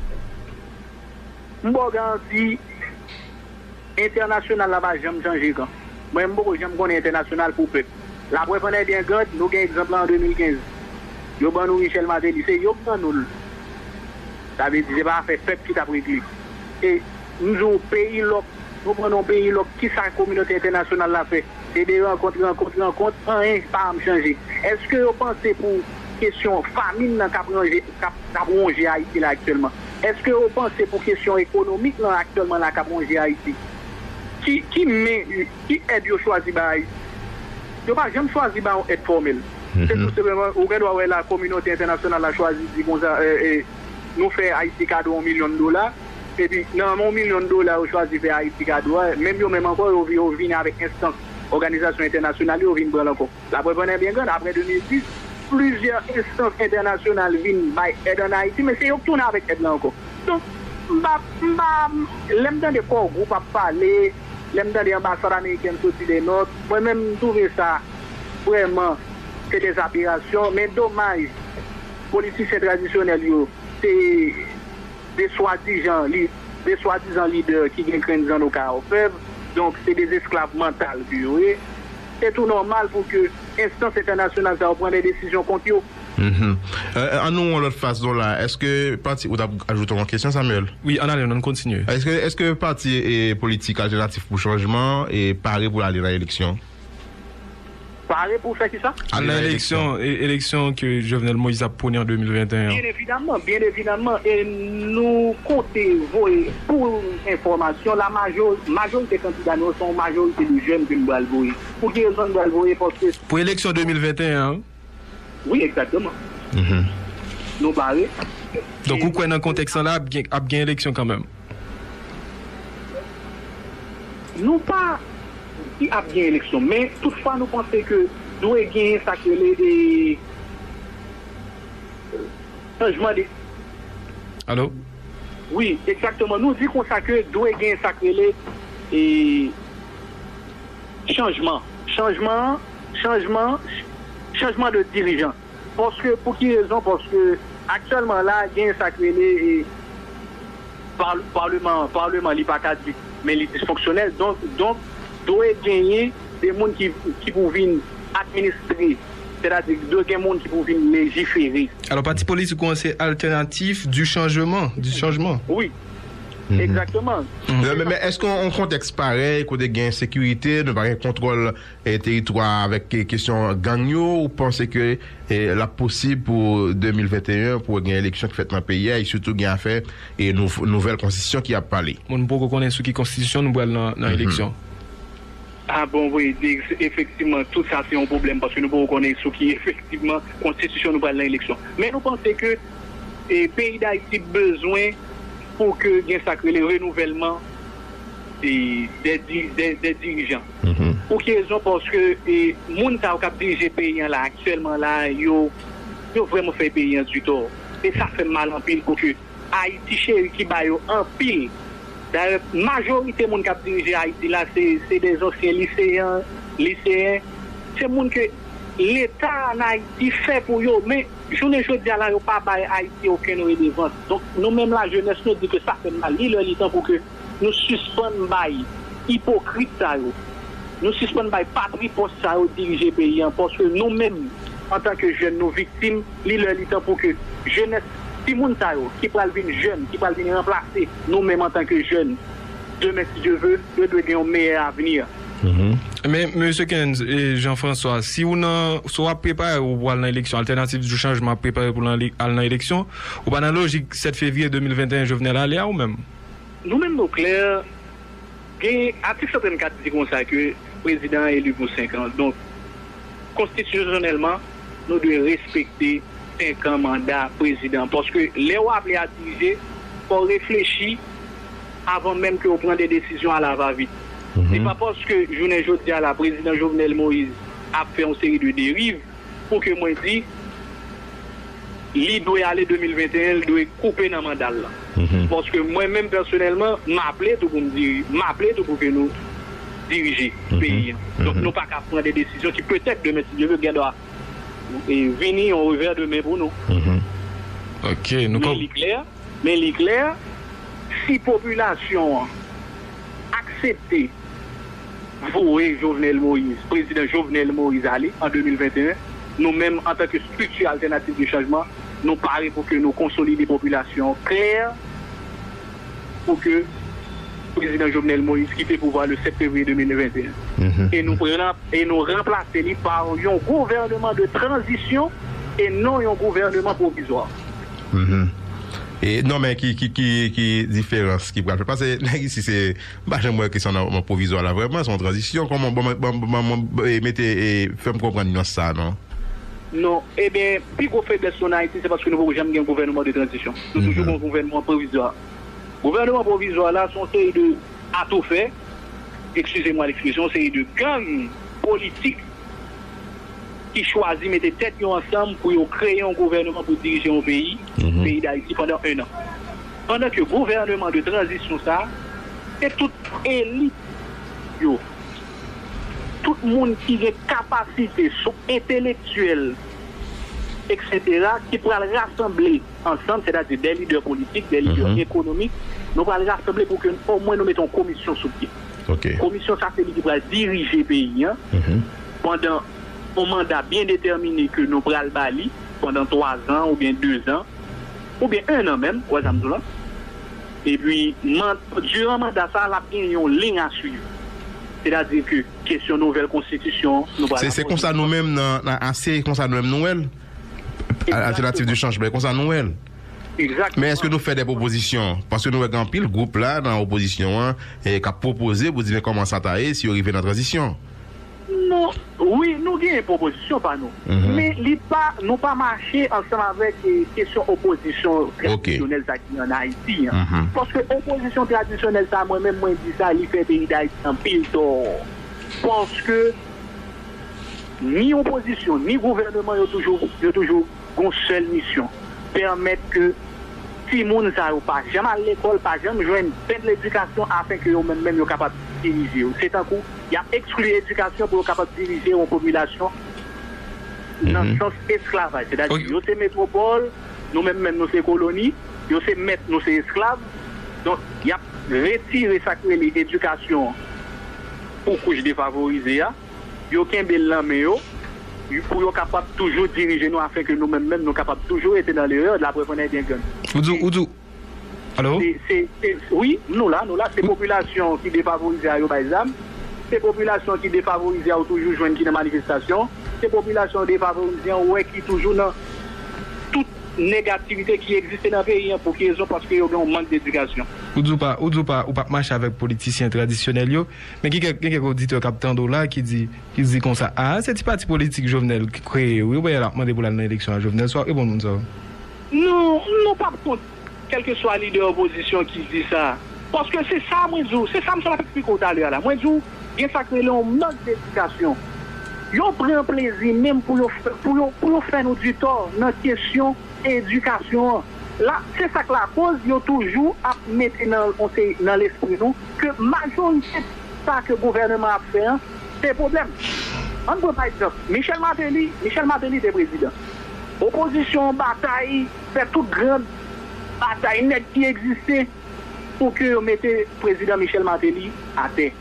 Bon garantie international là-bas j'aime changer quand moi beaucoup j'aime connaître international pour peuple. La preuve on est bien grande nous gain exemple en deux mille quinze. Yo ban nous Michel Matéli c'est yo ban nous. Ça veut dire c'est pas fait peuple qui t'a pris. Et nous avons pays local, nous prenons un pays local, qui sa communauté internationale l'a fait. Et des rencontres, rencontres, rencontres, rien pas changer. Est-ce que vous pensez pour question famine qui a rongé Haïti là actuellement? Est-ce que vous pensez pour question économique là actuellement là qui a rongé Haïti? Qui qui met qui aide à choisir Haïti? Je pas jamais choisir par aide formelle. C'est tout simplement où doit la communauté internationale a choisi dit comme ça nous fait Haïti cadeau un million de dollars. Et puis, dans mon million de dollars, on choisit faire Haïti cadeau. Même eux, même encore, on vient avec instance, organisation internationale, on vient prendre encore. La preuve est bien grande. Après deux mille dix, plusieurs instances internationales viennent by aide en Haïti, mais c'est eux qui tournent avec aide là encore. Donc, m'a m'a l'aime dans des corps groupe à parler, l'aime dans des ambassades américaines sorties des notes. Moi-même trouver ça vraiment c'est des aberrations, mais dommage. Politiciens traditionnels yo, c'est des soi-disant des soi-disant leaders qui gagnent quinze ans au cas donc c'est des esclaves mentaux. C'est tout normal pour que l'instance internationale ça prenne des décisions contre eux. Mm-hmm. Euh, en nous, on l'autre façon là, est-ce que parti ou ajoute une question, Samuel? Oui, on allait, on continue. Est-ce que est-ce que parti et politique alternative pour changement est paré pour aller dans l'élection? Paré pour faire qui ça? À l'élection, élection que Jovenel Moïse a prôné en deux mille vingt et un. Bien évidemment, bien évidemment, et nous côté voyer pour information, la majorité, majorité des candidats nous sont majorité de jeunes qui nous doivent voyer. Pour qui raison nous doivent voyer parce que pour l'élection deux mille vingt et un. Oui, exactement. Mm-hmm. Nous parlons. Donc, vous connaissez dans le contexte là, il y a une élection quand même? Nous pas, il y a bien élection, mais toutefois, nous pensons que nous devons gagner ça que les changements de. Allô? Oui, exactement. Nous disons ça que nous devons gagner ça que les changements. Changement, changement. Changement de dirigeant. Parce que, pour qui raison? Parce que actuellement là, il y a un sacré et par, parlement, parlement, il n'est pas caduque, mais il est dysfonctionnel. Donc, donc, doit gagner des gens qui, qui peuvent administrer, c'est-à-dire doit gagner des gens qui peuvent légiférer. Alors, parti politique, c'est alternatif du changement, du changement. Oui. Mm-hmm. Exactement. Mm-hmm. Mais, mais est-ce qu'on contexte pareil, qu'on a des gains de sécurité, de un contrôle et territoire avec question gagno, ou pensez que eh, la possible pour deux mille vingt et un pour une élection qui fait dans le pays et surtout gain à faire et une nouvelle constitution qui a parlé? On ne peut pas connaître ce qui constitution nous dans l'élection. Mm-hmm. Ah bon, oui, effectivement, tout ça c'est un problème parce que nous ne pouvons pas connaître ce qui effectivement constitution nous dans l'élection. Mais nous pensons que le pays d'Haïti a besoin pour que il y ait sacré le renouvellement des, des, des, des dirigeants. Mm-hmm. Pour quelle raison? Parce que les gens qui ont dirigé le pays là, actuellement, là, ils ont vraiment fait le pays du tort. Et ça fait mal en pile pour que Haïti chéri qui va en pile. D'ailleurs, la majorité des gens qui ont dirigé Haïti là, c'est des anciens lycéens, lycéens. C'est des gens que l'État en Haïti fait pour eux, mais je ne dis pas là, pas à Haïti aucune redevance. Donc, nous-mêmes, la jeunesse, nous dit que ça fait mal. Il est temps pour que nous suspendions l'hypocrite, nous suspendions le patriposte, ça, diriger le pays. Parce que nous-mêmes, en tant que jeunes, nos victimes, il est temps pour que jeunesse, si nous qui parle venir jeune, qui parle venir remplacer, nous-mêmes, en tant que jeunes, demain, si Dieu veut, nous devons un meilleur avenir. Mm-hmm. Mais M. Kenz et Jean-François, si vous soit préparé pour l'élection alternative du changement préparé pour l'élection, ou pas dans la logique sept février deux mille vingt et un, Jovenel Alia ou même? Nous-mêmes, nous clairs, l'article cent trente-quatre dit comme ça que le président est élu pour cinq ans. Donc, constitutionnellement, nous devons respecter cinq ans mandat président. Parce que les gens appelés à diriger, il faut réfléchir avant même que vous preniez des décisions à la va-vite. Mm-hmm. C'est pas parce que je ne dis à la président Jovenel Moïse a fait une série de dérives pour que moi dis il doit aller deux mille vingt et un, il doit couper dans le mandat là. Mm-hmm. Parce que moi-même personnellement, m'appelé tout pour me dire, m'appelé tout pour que nous diriger le mm-hmm. pays. Donc mm-hmm. nous pas qu'à prendre des décisions qui peut-être demain si Dieu veut bien doit venir en revers de main pour nous. Mm-hmm. Ok, nous mais l'éclair, mais l'éclair, si population accepte vouer Jovenel Moïse, président Jovenel Moïse aller en deux mille vingt et un, nous-mêmes, en tant que structure alternative du changement, nous parlons pour que nous consolidions les populations claires pour que le président Jovenel Moïse quitte le pouvoir le sept février deux mille vingt et un. Mm-hmm. Et nous prenons et nous remplacer par un gouvernement de transition et non un gouvernement provisoire. Mm-hmm. Et non, mais qui, qui, qui, qui différence qui peut parce que ici c'est bah j'aime moi question en provisoire là vraiment c'est en transition comment bon mettez et faire me comprendre ça non. Non, eh bien, puis qu'on fait de son Haïti, c'est parce que nous n'avons jamais un gouvernement de transition. Nous mm-hmm. toujours un gouvernement provisoire. Gouvernement provisoire là, sont série de à tout fait, excusez-moi l'expression, série de gangs politiques qui choisit de mettre tête ensemble pour créer un gouvernement pour diriger un pays, le mm-hmm. pays d'Haïti pendant un an. Pendant que le gouvernement de transition, ça, c'est toute élite, yo, tout le monde qui a capacité intellectuelle, et cetera, qui pourra rassembler ensemble, c'est-à-dire des leaders politiques, des leaders mm-hmm. économiques, nous pourrons rassembler pour que au moins nous mettons une commission sous pied. Okay. Commission, ça c'est qui pourra diriger le pays hein, mm-hmm. pendant un mandat bien déterminé que nous pourrons le bali pendant trois ans ou bien deux ans, ou bien un an même, quoi, ça me dit là. Et puis, durant le mandat, ça, la bien une ligne à suivre. C'est-à-dire que, question nouvelle constitution, nous C'est, c'est comme ça nous-mêmes, assez comme ça nous-mêmes, Noël. Alternative du changement, comme ça Noël. Exactement. Mais est-ce que nous faisons des propositions? Parce que nous avons un pile groupe là, dans l'opposition, hein, et qui a proposé pour dire comment ça taille si on arrive dans la transition. Non, oui, nous avons une proposition par nous. Mm-hmm. Mais nous pas, nous pas marcher ensemble avec les questions opposition traditionnelle okay. en Haïti. Hein. Mm-hmm. Parce que l'opposition traditionnelle, ça, moi-même, moi, je dis ça, il fait pays d'Haïti en pile tort. Parce que ni opposition, ni gouvernement, ils ont toujours, ils ont toujours une seule mission. Permettre que si les gens ne sont pas jamais à l'école, pas jamais jouer une peine de l'éducation afin que eux-mêmes soient capables de diriger. C'est un coup, il y a exclu l'éducation pour être capable de diriger une population mm-hmm. dans le sens esclavage. C'est-à-dire que nous sommes métropole, nous-mêmes nous sommes colonies, nous sommes maîtres, nous sommes esclaves. Donc, il y a retiré ça que l'éducation pour couches défavorisées. Il y a aucun bel lame pour être capable de toujours diriger nous afin que nous-mêmes nous sommes capables de toujours être dans l'erreur de la preuve on est bien gagne. Oudou, Oudou. Allô? C'est, c'est, c'est, oui, nous là, nous là, c'est population qui défavorise à par exemple, c'est population qui défavorise à toujours joindre qui dans manifestation, c'est population défavorisée ouais qui toujours dans toute négativité qui existe dans le pays pour qu'ils ont parce qu'ils ont un manque d'éducation. Oudou pas, Oudou pas, ou pas marcher avec politiciens traditionnels yo, mais qui quelqu'un auditeur capitaine là qui dit qui dit comme ça ah c'est parti politique Jovenel qui crée oui oui la demander pour l'élection à Jovenel soit et bon monde ça. Non, non pas contre quel que soit leader opposition qui dit ça parce que c'est ça moi dis c'est ça me ça explique tout à l'heure là moi dis il y a ça que l'on manque d'éducation. Yo prend plaisir même pour pour pour faire nous du tort dans question éducation. Là, c'est ça que la cause, il y a toujours à mettre dans, dans l'esprit nous que majorité de ça que le gouvernement a fait, hein, c'est problème. On peut pas dire, Michel Martelly, Michel Martelly était président. Opposition, bataille, fait toute grande bataille nette qui existait pour que vous mettez le président Michel Martelly à terre.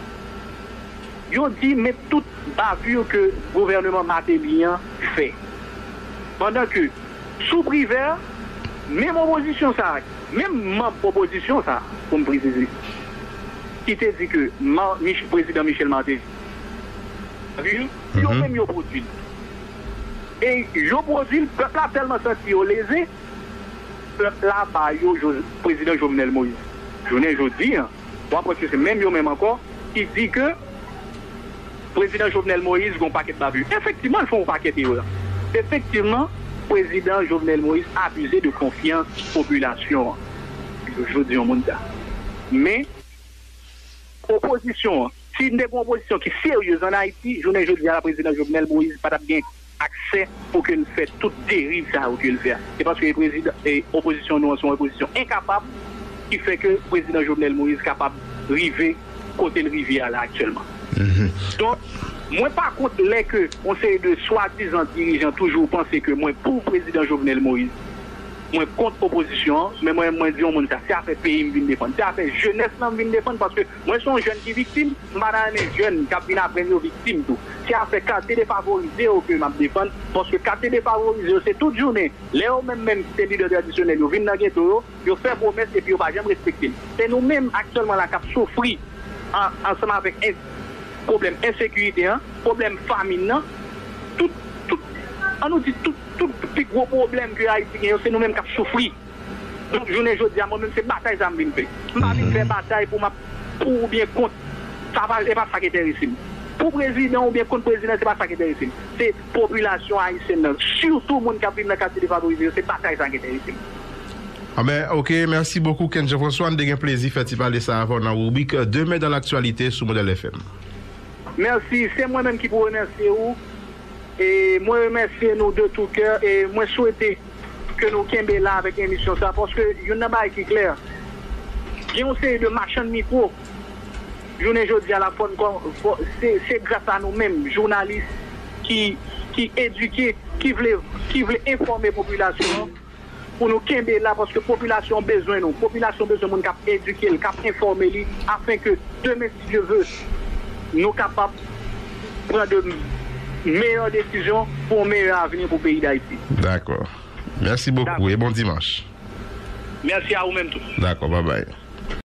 Ils ont dit, mais toute bavure que le gouvernement Martelly fait. Pendant que, sous privé, même opposition ça, même ma proposition ça, pour me préciser, qui te dit que le président Michel Martelly, ils ont même produit. Et ils ont produit, le peuple a tellement senti lésé, le peuple là, bah, le président Jovenel Moïse. Je ne veux dire, parce que c'est même eux même encore, qui dit que le président Jovenel Moïse a un paquet de bavures. Effectivement, ils font un paquet d'erreurs. Effectivement, le président Jovenel Moïse a abusé de confiance population. Je dis au monde. Mais, opposition, si une opposition qui est sérieuse en Haïti, je ne dis à la président Jovenel Moïse pas bien accès pour qu'il fasse toute dérive ça ou qu'il fait. C'est parce que les présidents et opposition nous sont opposition incapable qui fait que le président Jovenel Moïse est capable de river côté de rivière là actuellement. Mm-hmm. Donc, moi, par contre, les que on sait de soi-disant dirigeants toujours penser que moi, pour le président Jovenel Moïse, moi, contre l'opposition, mais moi, moi, dis, ça, c'est à faire pays me défendre, c'est à faire jeunesse me défendre parce que moi, je suis un jeune qui est victime, madame est jeune, qui vient après une victime, tout. C'est à faire quartier défavorisé au que je défendre parce que quartier défavorisé, c'est toute journée. Les mêmes, même, c'est leaders traditionnels, ils viennent dans le ghetto, ils font promesses et puis ils ne vont jamais respecter. C'est nous-mêmes actuellement là qui souffrons ensemble avec problème insécurité, hein, problème famine, hein, tout, tout, on nous dit tout, tout petit gros problème que Haïti a, c'est nous-mêmes qui souffrons. Donc, je ne dis pas, moi-même, c'est bataille que je vais faire. Je vais faire bataille pour, ma, pour bien contre. Ça va, c'est pas ça qui est intéressant. Pour président ou bien contre président, c'est pas ça qui est intéressant. C'est population haïtienne, surtout les gens qui vivent dans le quartier défavorisé, c'est bataille qui est intéressant. Ah ben, ok, merci beaucoup, Ken Jean-François. On a un plaisir de faire parler ça avant dans la rubrique Demain dans l'actualité sur Modèle F M. Merci, c'est moi-même qui vous remercie. Et moi, je remercie nous de tout cœur et moi, je souhaite que nous kembe là avec l'émission ça parce que il y a un bail qui est clair. Il y a une série de marchands de micro. Je ne dis à la fois, c'est grâce à nous-mêmes, journalistes, qui qui éduquent, qui veulent qui veulent informer la population pour nous kembe là parce que la population a besoin de nous. La population a besoin de nous cap éduquer, cap informer afin que demain, si Dieu veut, nous sommes capables de prendre de meilleures décisions pour un meilleur avenir pour le pays d'Haïti. D'accord. Merci beaucoup et bon dimanche. Merci à vous-même tous. D'accord, bye bye.